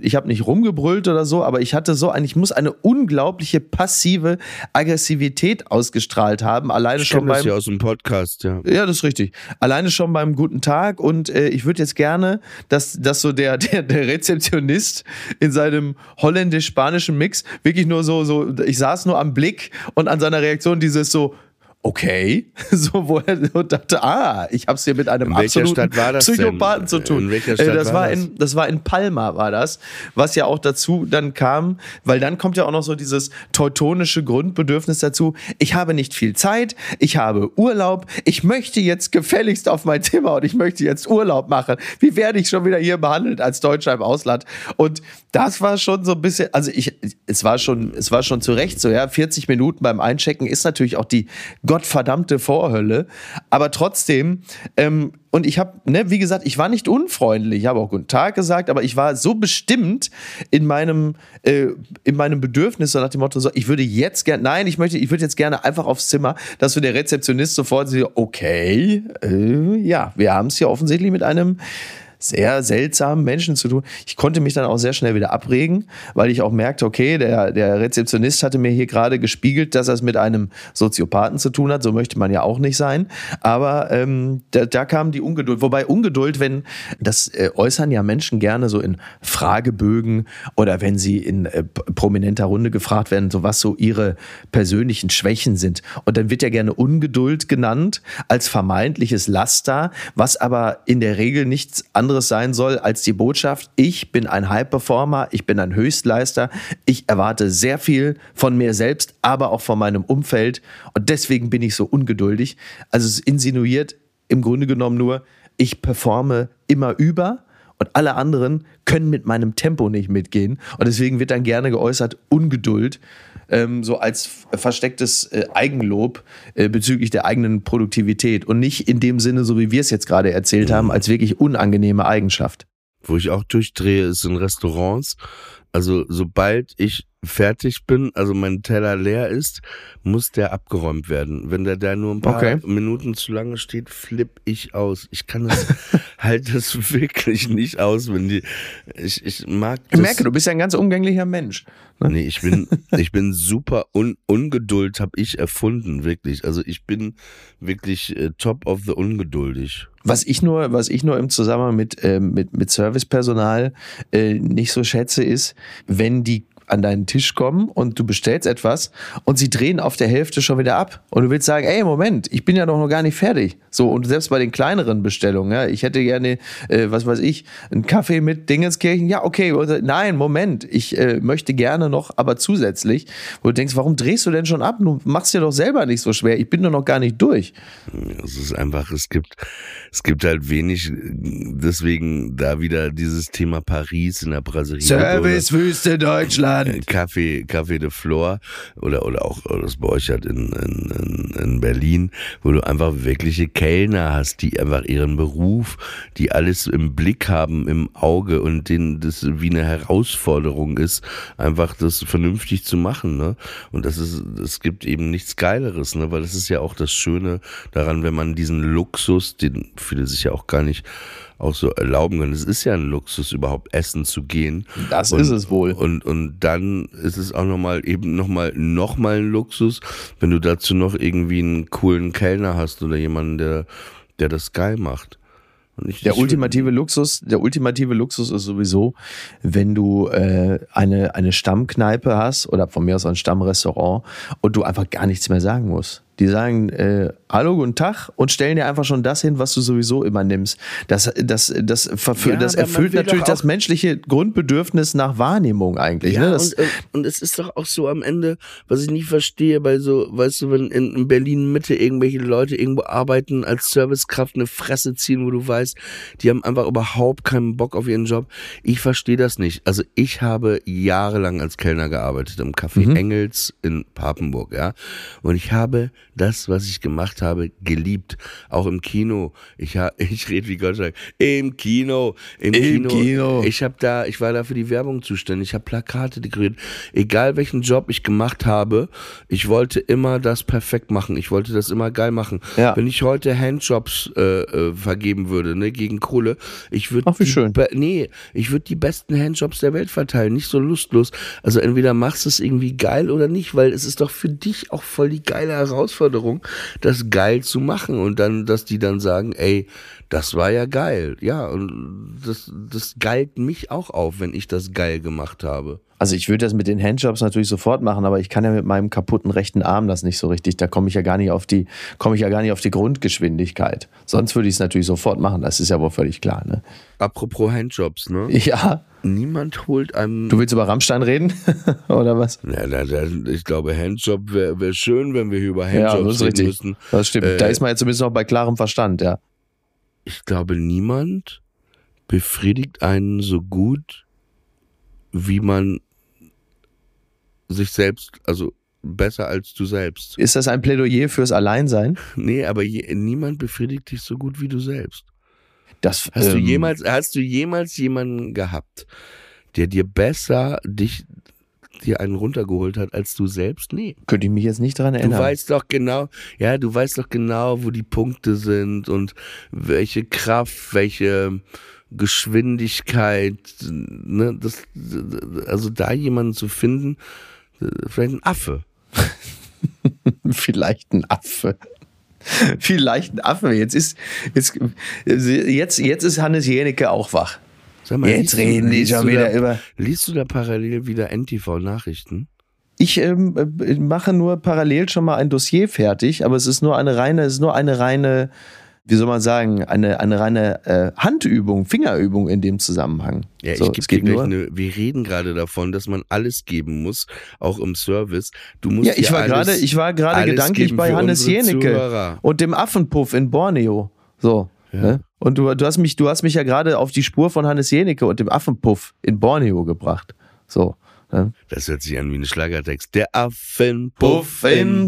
S2: ich habe nicht rumgebrüllt oder so, aber ich hatte so ein, ich muss eine unglaubliche passive Aggressivität ausgestrahlt haben. Alleine
S3: ich
S2: schon
S3: beim.
S2: Das
S3: ja aus dem Podcast, ja.
S2: Ja, das ist richtig. Alleine schon beim guten Tag und äh, ich würde jetzt gerne, dass, dass so der, der, der Rezeptionist in seinem holländisch-spanischen Mix wirklich nur so, so, ich saß nur am Blick und an seiner Reaktion dieses so, okay, so wo er so dachte, ah, ich habe es hier mit einem
S3: in welcher
S2: absoluten
S3: Stadt war das
S2: Psychopathen
S3: denn?
S2: zu tun.
S3: In welcher Stadt
S2: äh, das
S3: war
S2: war
S3: das?
S2: in das war in Palma war das, was ja auch dazu dann kam, weil dann kommt ja auch noch so dieses teutonische Grundbedürfnis dazu. Ich habe nicht viel Zeit, ich habe Urlaub, ich möchte jetzt gefälligst auf mein Zimmer und ich möchte jetzt Urlaub machen. Wie werde ich schon wieder hier behandelt als Deutscher im Ausland? Und das war schon so ein bisschen, also ich, es war schon, es war schon zu Recht so, ja, vierzig Minuten beim Einchecken ist natürlich auch die gottverdammte Vorhölle, aber trotzdem, ähm, und ich habe, ne, wie gesagt, ich war nicht unfreundlich, ich habe auch guten Tag gesagt, aber ich war so bestimmt in meinem, äh, in meinem Bedürfnis, so nach dem Motto, so, ich würde jetzt gerne, nein, ich möchte, ich würde jetzt gerne einfach aufs Zimmer, dass so der Rezeptionist sofort so, okay, äh, ja, wir haben es hier offensichtlich mit einem sehr seltsamen Menschen zu tun. Ich konnte mich dann auch sehr schnell wieder abregen, weil ich auch merkte, okay, der, der Rezeptionist hatte mir hier gerade gespiegelt, dass er es mit einem Soziopathen zu tun hat. So möchte man ja auch nicht sein. Aber ähm, da, da kam die Ungeduld. Wobei Ungeduld, wenn, das äh, äußern ja Menschen gerne so in Fragebögen oder wenn sie in äh, prominenter Runde gefragt werden, so was so ihre persönlichen Schwächen sind. Und dann wird ja gerne Ungeduld genannt als vermeintliches Laster, was aber in der Regel nichts anderes sein soll als die Botschaft, ich bin ein High-Performer, ich bin ein Höchstleister, ich erwarte sehr viel von mir selbst, aber auch von meinem Umfeld und deswegen bin ich so ungeduldig. Also es insinuiert im Grunde genommen nur, ich performe immer über und alle anderen können mit meinem Tempo nicht mitgehen und deswegen wird dann gerne geäußert Ungeduld, ähm, so als verstecktes äh, Eigenlob äh, bezüglich der eigenen Produktivität und nicht in dem Sinne, so wie wir es jetzt gerade erzählt haben, als wirklich unangenehme Eigenschaft.
S3: Wo ich auch durchdrehe, ist in Restaurants. Also sobald ich fertig bin, also mein Teller leer ist, muss der abgeräumt werden. Wenn der da nur ein paar okay. Minuten zu lange steht, flippe ich aus. Ich kann das, halt das wirklich nicht aus, wenn die, ich, ich mag das.
S2: Ich merke, du bist ja ein ganz umgänglicher Mensch.
S3: Ne? Nee, ich bin, ich bin super un, Ungeduld habe ich erfunden, wirklich. Also ich bin wirklich äh, top of the ungeduldig.
S2: Was ich nur, was ich nur im Zusammenhang mit, äh, mit, mit Servicepersonal äh, nicht so schätze, ist, wenn die an deinen Tisch kommen und du bestellst etwas und sie drehen auf der Hälfte schon wieder ab und du willst sagen, ey, Moment, ich bin ja doch noch gar nicht fertig. So, und selbst bei den kleineren Bestellungen, ja, ich hätte gerne, äh, was weiß ich, einen Kaffee mit Dingenskirchen, ja, okay, oder, nein, Moment, ich äh, möchte gerne noch, aber zusätzlich, wo du denkst, warum drehst du denn schon ab? Du machst dir doch selber nicht so schwer, ich bin doch noch gar nicht durch.
S3: Es ist einfach, es gibt, es gibt halt wenig, deswegen da wieder dieses Thema Paris in der Brasserie.
S2: Servicewüste Deutschland.
S3: Café, Café de Flor oder, oder auch das Borchardt in, in, in Berlin, wo du einfach wirkliche Kellner hast, die einfach ihren Beruf, die alles im Blick haben, im Auge und denen das wie eine Herausforderung ist, einfach das vernünftig zu machen, ne? Und das ist, es gibt eben nichts Geileres, ne? Weil das ist ja auch das Schöne daran, wenn man diesen Luxus, den viele sich ja auch gar nicht auch so erlauben können. Es ist ja ein Luxus, überhaupt essen zu gehen.
S2: Das
S3: und,
S2: ist es wohl.
S3: Und, und dann ist es auch nochmal eben nochmal noch mal ein Luxus, wenn du dazu noch irgendwie einen coolen Kellner hast oder jemanden, der, der das geil macht. Und ich,
S2: der ultimative Luxus, der ultimative Luxus ist sowieso, wenn du äh, eine, eine Stammkneipe hast oder von mir aus ein Stammrestaurant und du einfach gar nichts mehr sagen musst. Die sagen, äh, hallo, guten Tag und stellen dir einfach schon das hin, was du sowieso immer nimmst. Das, das, das, verfü- ja, das erfüllt natürlich das menschliche Grundbedürfnis nach Wahrnehmung eigentlich.
S3: Ja,
S2: ne? das
S3: und, und es ist doch auch so am Ende, was ich nicht verstehe, bei so, weißt du, wenn in, in Berlin Mitte irgendwelche Leute irgendwo arbeiten, als Servicekraft eine Fresse ziehen, wo du weißt, die haben einfach überhaupt keinen Bock auf ihren Job. Ich verstehe das nicht. Also ich habe jahrelang als Kellner gearbeitet im Café mhm. Engels in Papenburg, ja. Und ich habe das, was ich gemacht habe, geliebt. Auch im Kino. Ich, ha, ich rede wie Gottschalk. Im Kino. Im, Im Kino. Kino. Ich habe da, ich war da für die Werbung zuständig. Ich habe Plakate dekoriert. Egal welchen Job ich gemacht habe, ich wollte immer das perfekt machen. Ich wollte das immer geil machen. Ja. Wenn ich heute Handjobs äh, äh, vergeben würde, ne, gegen Kohle, ich würde
S2: Ach, wie schön.
S3: Be- nee, ich würde die besten Handjobs der Welt verteilen. Nicht so lustlos. Also entweder machst du es irgendwie geil oder nicht, weil es ist doch für dich auch voll die geile Herausforderung, das geil zu machen und dann, dass die dann sagen, ey, das war ja geil. Ja, und das, das geilt mich auch auf, wenn ich das geil gemacht habe.
S2: Also ich würde das mit den Handjobs natürlich sofort machen, aber ich kann ja mit meinem kaputten rechten Arm das nicht so richtig. Da komme ich ja gar nicht auf die, komme ich ja gar nicht auf die Grundgeschwindigkeit. Sonst würde ich es natürlich sofort machen. Das ist ja wohl völlig klar, ne?
S3: Apropos Handjobs, ne?
S2: Ja.
S3: Niemand holt einem...
S2: Du willst über Rammstein reden? Oder was?
S3: Ja, da, da, ich glaube, Handjob wäre wär schön, wenn wir hier über Handjobs ja, das reden richtig. müssen.
S2: Das stimmt. Äh, da ist man ja zumindest noch bei klarem Verstand, ja.
S3: Ich glaube, niemand befriedigt einen so gut, wie man sich selbst, also besser als du selbst.
S2: Ist das ein Plädoyer fürs Alleinsein?
S3: Nee, aber je, niemand befriedigt dich so gut wie du selbst.
S2: Das,
S3: hast,
S2: ähm,
S3: du jemals, hast du jemals jemanden gehabt, der dir besser dich dir einen runtergeholt hat als du selbst? Nee.
S2: Könnte ich mich jetzt nicht daran erinnern.
S3: Du weißt doch genau, ja, du weißt doch genau, wo die Punkte sind und welche Kraft, welche Geschwindigkeit, ne, das, also da jemanden zu finden, vielleicht ein Affe.
S2: Vielleicht ein Affe. Vielleicht ein Affe. Jetzt ist, jetzt, jetzt, jetzt ist Hannes Jänicke auch wach.
S3: Sag mal,
S2: jetzt reden die schon wieder
S3: da,
S2: über.
S3: Liest du da parallel wieder N T V-Nachrichten?
S2: Ich ähm, mache nur parallel schon mal ein Dossier fertig, aber es ist nur eine reine, es ist nur eine reine, wie soll man sagen, eine, eine reine äh, Handübung, Fingerübung in dem Zusammenhang.
S3: Ja,
S2: so,
S3: ich gebe dir gleich eine, wir reden gerade davon, dass man alles geben muss, auch im Service. Du musst
S2: ja, ich war gerade, ich war gerade gedanklich bei Hannes Jänicke
S3: Zuhörer.
S2: und dem Affenpuff in Borneo. So.
S3: Ja.
S2: Ne? Und du, du hast mich, du hast mich ja gerade auf die Spur von Hannes Jänicke und dem Affenpuff in Borneo gebracht. So. Ne?
S3: Das hört sich an wie ein Schlagertext. Der Affenpuff
S2: in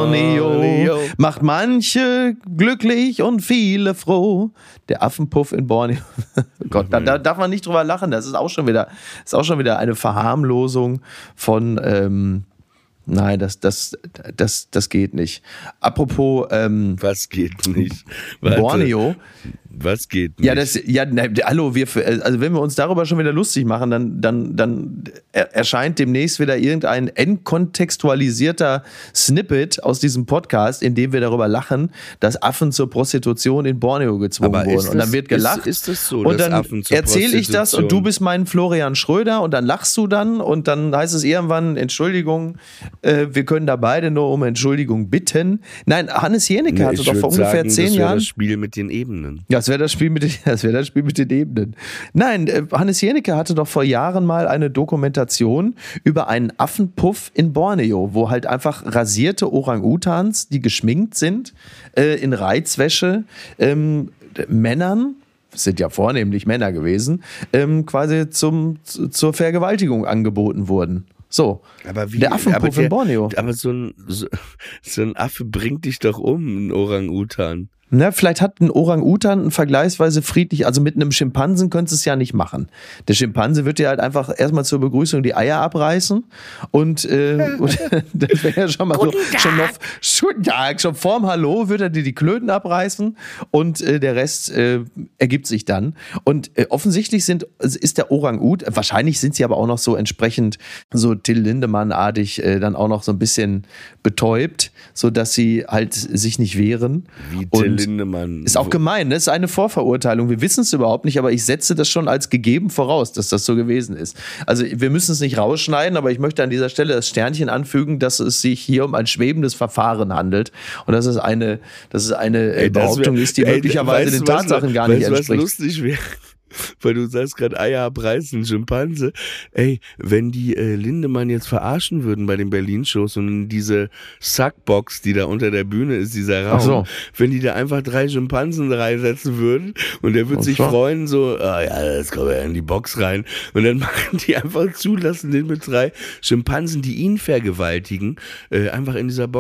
S2: Borneo macht manche glücklich und viele froh. Der Affenpuff in Borneo. Gott, da, da darf man nicht drüber lachen. Das ist auch schon wieder, ist auch schon wieder eine Verharmlosung von. Ähm, Nein, das, das, das, das geht nicht. Apropos, ähm,
S3: was geht nicht? Warte.
S2: Borneo.
S3: Was geht nicht?
S2: Ja, das, ja, ne, hallo, wir, also wenn wir uns darüber schon wieder lustig machen, dann, dann, dann erscheint demnächst wieder irgendein entkontextualisierter Snippet aus diesem Podcast, in dem wir darüber lachen, dass Affen zur Prostitution in Borneo gezwungen
S3: Aber
S2: wurden.
S3: Das,
S2: und dann wird gelacht.
S3: Ist, ist das so,
S2: und dann
S3: Affen zur
S2: erzähle ich das und du bist mein Florian Schröder und dann lachst du dann und dann heißt es irgendwann, Entschuldigung, äh, wir können da beide nur um Entschuldigung bitten. Nein, Hannes Jänicke hatte doch vor ungefähr
S3: sagen,
S2: zehn
S3: das
S2: Jahren.
S3: Das Spiel mit den Ebenen.
S2: Ja, das wäre das Spiel mit den, das wäre das Spiel mit den Ebenen. Nein, äh, Hannes Jänicke hatte doch vor Jahren mal eine Dokumentation über einen Affenpuff in Borneo, wo halt einfach rasierte Orang-Utans, die geschminkt sind, äh, in Reizwäsche, ähm, Männern, das sind ja vornehmlich Männer gewesen, ähm, quasi zum, zur Vergewaltigung angeboten wurden. So,
S3: aber wie,
S2: der Affenpuff
S3: der,
S2: in Borneo.
S3: Aber so ein, so, so ein Affe bringt dich doch um, ein Orang-Utan.
S2: Na, vielleicht hat ein Orang-Utan ein vergleichsweise friedlich, also mit einem Schimpansen könntest du es ja nicht machen. Der Schimpanse wird dir halt einfach erstmal zur Begrüßung die Eier abreißen und, äh, und das wäre ja schon mal so, schon noch, schon, ja, schon vorm Hallo wird er dir die Klöten abreißen und äh, der Rest äh, ergibt sich dann. Und äh, offensichtlich sind, ist der Orang-Utan, wahrscheinlich sind sie aber auch noch so entsprechend so Till Lindemann-artig äh, dann auch noch so ein bisschen betäubt, sodass sie halt sich nicht wehren.
S3: Wie Till Lindemann.
S2: Ist auch gemein, ne? Ist eine Vorverurteilung. Wir wissen es überhaupt nicht, aber ich setze das schon als gegeben voraus, dass das so gewesen ist. Also wir müssen es nicht rausschneiden, aber ich möchte an dieser Stelle das Sternchen anfügen, dass es sich hier um ein schwebendes Verfahren handelt und dass es eine, dass es eine ey, Behauptung wär, ist, die ey, möglicherweise den Tatsachen was, gar nicht weißt, entspricht.
S3: Was lustig wäre. Weil du sagst gerade Eier abreißen, Schimpanse. Ey, wenn die äh, Lindemann jetzt verarschen würden bei den Berlin-Shows und in diese Sackbox, die da unter der Bühne ist, dieser Raum, so. Wenn die da einfach drei Schimpansen reinsetzen würden und der würde sich so. freuen, so, ah ja, jetzt kommen wir in die Box rein und dann machen die einfach zu, lassen den mit drei Schimpansen, die ihn vergewaltigen, äh, einfach in dieser Box.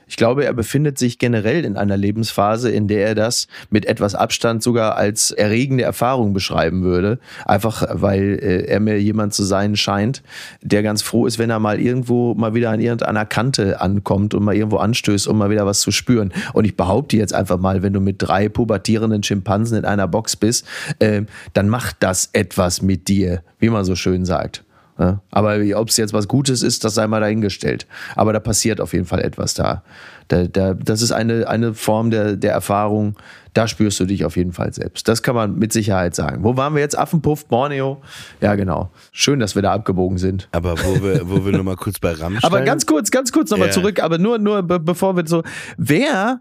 S2: Ich glaube, er befindet sich generell in einer Lebensphase, in der er das mit etwas Abstand sogar als erregende Erfahrung beschreiben würde. Einfach, weil äh, er mir jemand zu sein scheint, der ganz froh ist, wenn er mal irgendwo mal wieder an irgendeiner Kante ankommt und mal irgendwo anstößt, um mal wieder was zu spüren. Und ich behaupte jetzt einfach mal, wenn du mit drei pubertierenden Schimpansen in einer Box bist, äh, dann macht das etwas mit dir, wie man so schön sagt. Ja, aber ob es jetzt was Gutes ist, das sei mal dahingestellt. Aber da passiert auf jeden Fall etwas da. da, da das ist eine, eine Form der, der Erfahrung, da spürst du dich auf jeden Fall selbst. Das kann man mit Sicherheit sagen. Wo waren wir jetzt? Affenpuff, Borneo? Ja, genau. Schön, dass wir da abgebogen sind.
S3: Aber wo wir, wo wir nochmal kurz bei Rammstein...
S2: Aber ganz kurz, ganz kurz nochmal
S3: ja.
S2: zurück, aber nur, nur be- bevor wir so... Wer,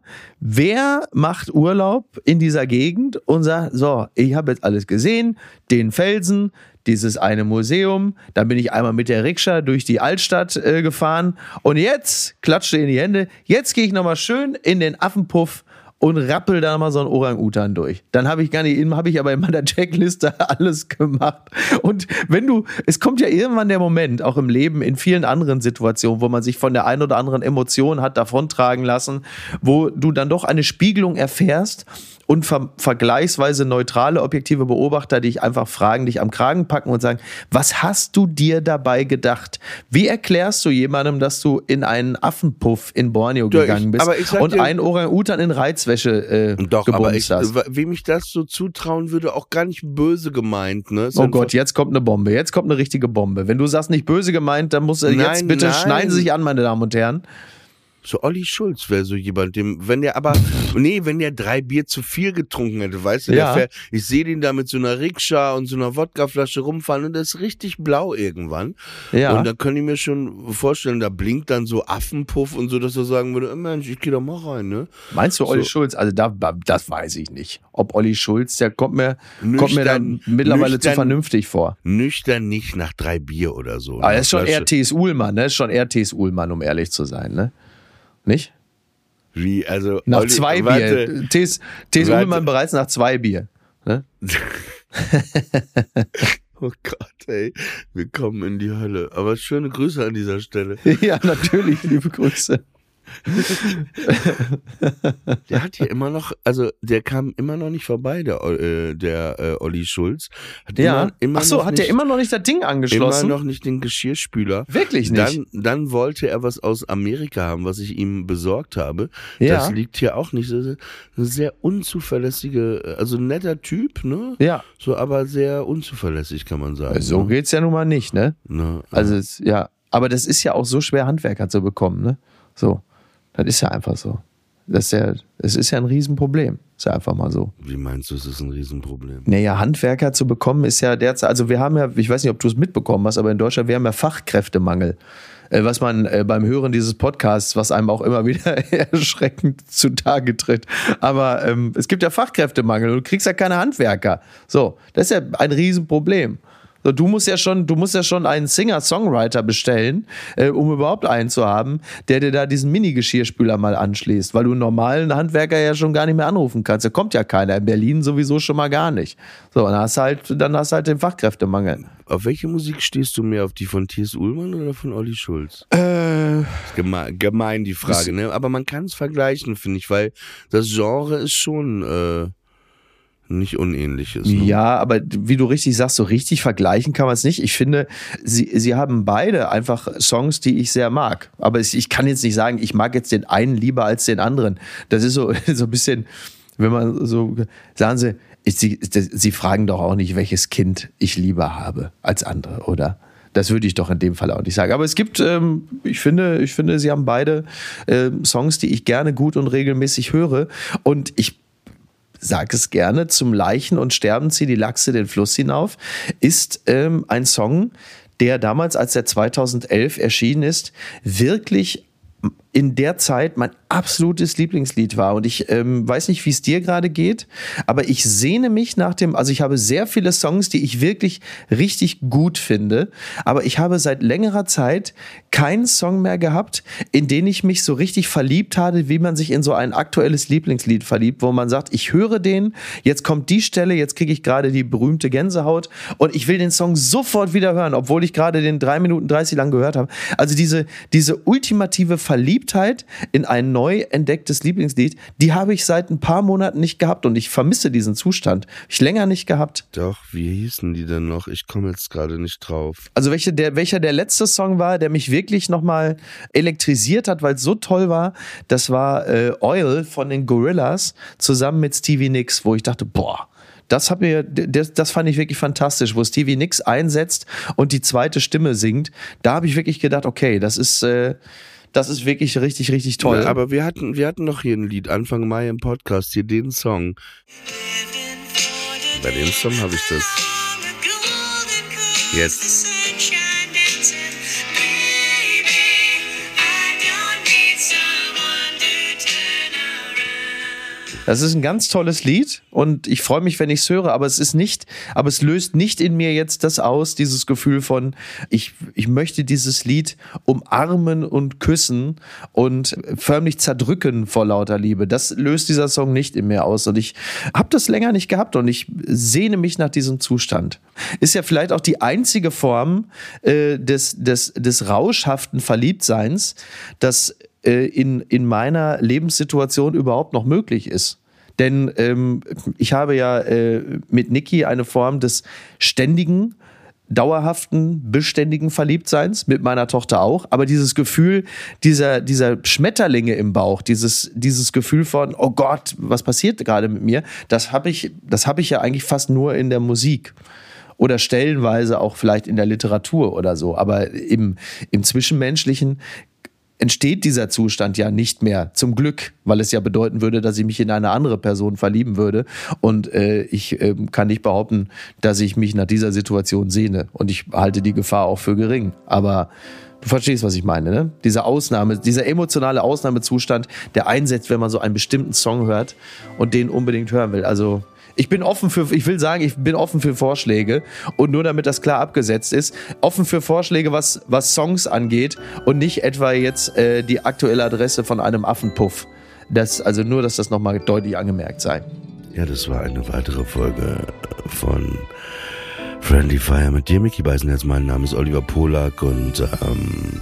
S2: wer macht Urlaub in dieser Gegend und sagt, so, ich habe jetzt alles gesehen, den Felsen, dieses eine Museum, dann bin ich einmal mit der Rikscha durch die Altstadt äh, gefahren und jetzt klatschte in die Hände, jetzt gehe ich nochmal schön in den Affenpuff und rappel da mal so einen Orang-Utan durch. Dann habe ich gar nicht, habe ich aber in meiner Checkliste alles gemacht. Und wenn du, es kommt ja irgendwann der Moment, auch im Leben, in vielen anderen Situationen, wo man sich von der einen oder anderen Emotion hat davontragen lassen, wo du dann doch eine Spiegelung erfährst und ver- vergleichsweise neutrale, objektive Beobachter dich einfach fragen, dich am Kragen packen und sagen, was hast du dir dabei gedacht? Wie erklärst du jemandem, dass du in einen Affenpuff in Borneo
S3: Doch,
S2: gegangen bist
S3: ich, ich
S2: und
S3: dir,
S2: einen Orang-Utan in Reizwäsche äh,
S3: Doch, aber ich,
S2: hast?
S3: wem ich das so zutrauen würde, auch gar nicht böse gemeint. Ne?
S2: Oh Gott, jetzt kommt eine Bombe, jetzt kommt eine richtige Bombe. Wenn du sagst, nicht böse gemeint, dann muss er jetzt
S3: Nein,
S2: bitte
S3: nein.
S2: schneiden Sie sich an, meine Damen und Herren.
S3: So Olli Schulz wäre so jemand, dem, wenn der aber, nee, wenn der drei Bier zu viel getrunken hätte, weißt du,
S2: Ja.
S3: der fährt, ich sehe den da mit so einer Rikscha und so einer Wodkaflasche rumfahren und der ist richtig blau irgendwann.
S2: Ja.
S3: Und da kann ich mir schon vorstellen, da blinkt dann so Affenpuff und so, dass er sagen würde, oh Mensch, ich geh da mal rein, ne?
S2: Meinst du Olli
S3: So.
S2: Schulz? Also da, das weiß ich nicht. Ob Olli Schulz, der kommt mir,
S3: Nüchtern-
S2: kommt mir dann mittlerweile
S3: nüchtern-
S2: zu vernünftig vor.
S3: Nüchtern nicht nach drei Bier oder so.
S2: Aber
S3: ne?
S2: er ist schon
S3: Flasche-
S2: eher T S. Uhlmann, ne? Ist schon eher T S. Uhlmann, um ehrlich zu sein, ne? Nicht?
S3: Wie, also,
S2: Nach
S3: Olli,
S2: zwei
S3: warte.
S2: Bier. T S. T S.
S3: Warte.
S2: Uhlmann bereits nach zwei Bier. Ne?
S3: Oh Gott, ey, wir kommen in die Hölle. Aber schöne Grüße an dieser Stelle.
S2: Ja, natürlich, liebe Grüße.
S3: Der hat hier immer noch, also der kam immer noch nicht vorbei, der, äh, der äh, Olli Schulz. Hat
S2: Ja.
S3: immer, immer
S2: Ach so,
S3: noch
S2: hat
S3: nicht,
S2: der immer noch nicht das Ding angeschlossen?
S3: Immer noch nicht den Geschirrspüler.
S2: Wirklich nicht?
S3: Dann, dann wollte er was aus Amerika haben, was ich ihm besorgt habe.
S2: Ja.
S3: Das liegt hier auch nicht. Das ist eine sehr unzuverlässige, also ein netter Typ, ne?
S2: Ja.
S3: So, aber sehr unzuverlässig, kann man sagen.
S2: So
S3: ne?
S2: geht's ja nun mal nicht, ne?
S3: Ne?
S2: Also, es, ja. Aber das ist ja auch so schwer, Handwerker zu bekommen, ne? So. Das ist ja einfach so. Das ist ja, es ist ja ein Riesenproblem. Ist ja einfach mal so.
S3: Wie meinst du, es ist ein Riesenproblem?
S2: Naja, Handwerker zu bekommen ist ja derzeit, also wir haben ja, ich weiß nicht, ob du es mitbekommen hast, aber in Deutschland, wir haben ja Fachkräftemangel. Äh, was man äh, beim Hören dieses Podcasts, was einem auch immer wieder erschreckend zutage tritt. Aber ähm, es gibt ja Fachkräftemangel und du kriegst ja keine Handwerker. So, das ist ja ein Riesenproblem. So, du musst ja schon, du musst ja schon einen Singer-Songwriter bestellen, äh, um überhaupt einen zu haben, der dir da diesen Mini-Geschirrspüler mal anschließt, weil du einen normalen Handwerker ja schon gar nicht mehr anrufen kannst. Da kommt ja keiner. In Berlin sowieso schon mal gar nicht. So, dann hast du halt, dann hast du halt den Fachkräftemangel.
S3: Auf welche Musik stehst du mehr? Auf die von T S. Uhlmann oder von Olli Schulz?
S2: Äh,
S3: Gemein, gemein die Frage, ne? Aber man kann es vergleichen, finde ich, weil das Genre ist schon äh, nicht unähnliches. Ne?
S2: Ja, aber wie du richtig sagst, so richtig vergleichen kann man es nicht. Ich finde, sie, sie haben beide einfach Songs, die ich sehr mag. Aber ich, ich kann jetzt nicht sagen, ich mag jetzt den einen lieber als den anderen. Das ist so, so ein bisschen, wenn man so, sagen sie, ich, sie, sie fragen doch auch nicht, welches Kind ich lieber habe als andere, oder? Das würde ich doch in dem Fall auch nicht sagen. Aber es gibt, ähm, ich finde, ich finde, sie haben beide äh, Songs, die ich gerne gut und regelmäßig höre. Und ich sag es gerne, zum Leichen und Sterben zieh die Lachse den Fluss hinauf, ist ähm, ein Song, der damals, als der zweitausendelf erschienen ist, wirklich in der Zeit mein absolutes Lieblingslied war. Und ich ähm, weiß nicht, wie es dir gerade geht, aber ich sehne mich nach dem, also ich habe sehr viele Songs, die ich wirklich richtig gut finde, aber ich habe seit längerer Zeit keinen Song mehr gehabt, in den ich mich so richtig verliebt habe, wie man sich in so ein aktuelles Lieblingslied verliebt, wo man sagt, ich höre den, jetzt kommt die Stelle, jetzt kriege ich gerade die berühmte Gänsehaut und ich will den Song sofort wieder hören, obwohl ich gerade den drei Minuten dreißig lang gehört habe. Also diese, diese ultimative Verliebtheit Verliebtheit in ein neu entdecktes Lieblingslied, die habe ich seit ein paar Monaten nicht gehabt und ich vermisse diesen Zustand. Hab ich länger nicht gehabt.
S3: Doch, wie hießen die denn noch? Ich komme jetzt gerade nicht drauf.
S2: Also welche der, welcher der letzte Song war, der mich wirklich nochmal elektrisiert hat, weil es so toll war, das war äh, Oil von den Gorillaz zusammen mit Stevie Nicks, wo ich dachte, boah, Das, hab mir, das, das fand ich wirklich fantastisch, wo Stevie Nicks einsetzt und die zweite Stimme singt. Da habe ich wirklich gedacht, okay, das ist, äh, das ist wirklich richtig, richtig toll.
S3: Ja, aber wir hatten, wir hatten noch hier ein Lied, Anfang Mai im Podcast, hier den Song. Bei dem Song habe ich das. Jetzt.
S2: Das ist ein ganz tolles Lied und ich freue mich, wenn ich es höre, aber es ist nicht, aber es löst nicht in mir jetzt das aus, dieses Gefühl von, ich, ich möchte dieses Lied umarmen und küssen und förmlich zerdrücken vor lauter Liebe. Das löst dieser Song nicht in mir aus und ich habe das länger nicht gehabt und ich sehne mich nach diesem Zustand. Ist ja vielleicht auch die einzige Form äh, des, des, des rauschhaften Verliebtseins, das in, in meiner Lebenssituation überhaupt noch möglich ist. Denn ähm, ich habe ja äh, mit Niki eine Form des ständigen, dauerhaften, beständigen Verliebtseins, mit meiner Tochter auch, aber dieses Gefühl dieser, dieser Schmetterlinge im Bauch, dieses, dieses Gefühl von, oh Gott, was passiert gerade mit mir, das habe ich, das habe ich ja eigentlich fast nur in der Musik. Oder stellenweise auch vielleicht in der Literatur oder so, aber im, im Zwischenmenschlichen entsteht dieser Zustand ja nicht mehr, zum Glück, weil es ja bedeuten würde, dass ich mich in eine andere Person verlieben würde und äh, ich äh, kann nicht behaupten, dass ich mich nach dieser Situation sehne und ich halte die Gefahr auch für gering, aber du verstehst, was ich meine, ne? Dieser Ausnahme, dieser emotionale Ausnahmezustand, der einsetzt, wenn man so einen bestimmten Song hört und den unbedingt hören will, also ich bin offen für, ich will sagen, ich bin offen für Vorschläge und nur damit das klar abgesetzt ist, offen für Vorschläge, was, was Songs angeht und nicht etwa jetzt äh, die aktuelle Adresse von einem Affenpuff. Das, also nur, dass das nochmal deutlich angemerkt sei.
S3: Ja, das war eine weitere Folge von Friendly Fire mit dir, Micky Beisenherz. Mein Name ist Oliver Polak und ähm,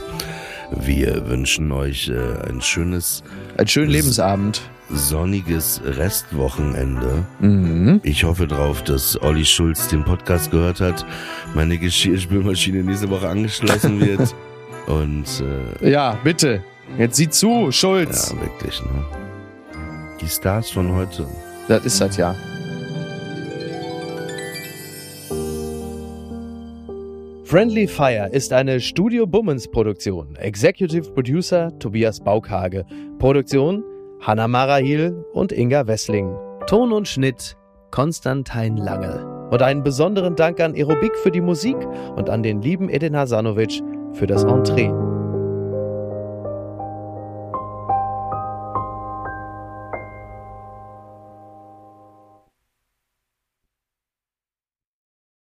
S3: wir wünschen euch äh, ein schönes...
S2: Einen schönen Lebensabend.
S3: Sonniges Restwochenende. Mhm. Ich hoffe drauf, dass Olli Schulz den Podcast gehört hat, meine Geschirrspülmaschine nächste Woche angeschlossen wird. Und äh,
S2: ja, bitte. Jetzt sieh zu, Schulz.
S3: Ja, wirklich, ne? Die Stars von heute.
S2: Das ist das ja. Friendly Fire ist eine Studio Bummens Produktion. Executive Producer Tobias Baukhage. Produktion Hanna Marahil und Inga Wessling. Ton und Schnitt Konstantin Lange. Und einen besonderen Dank an Aerobik für die Musik und an den lieben Edin Hasanovic für das Entree.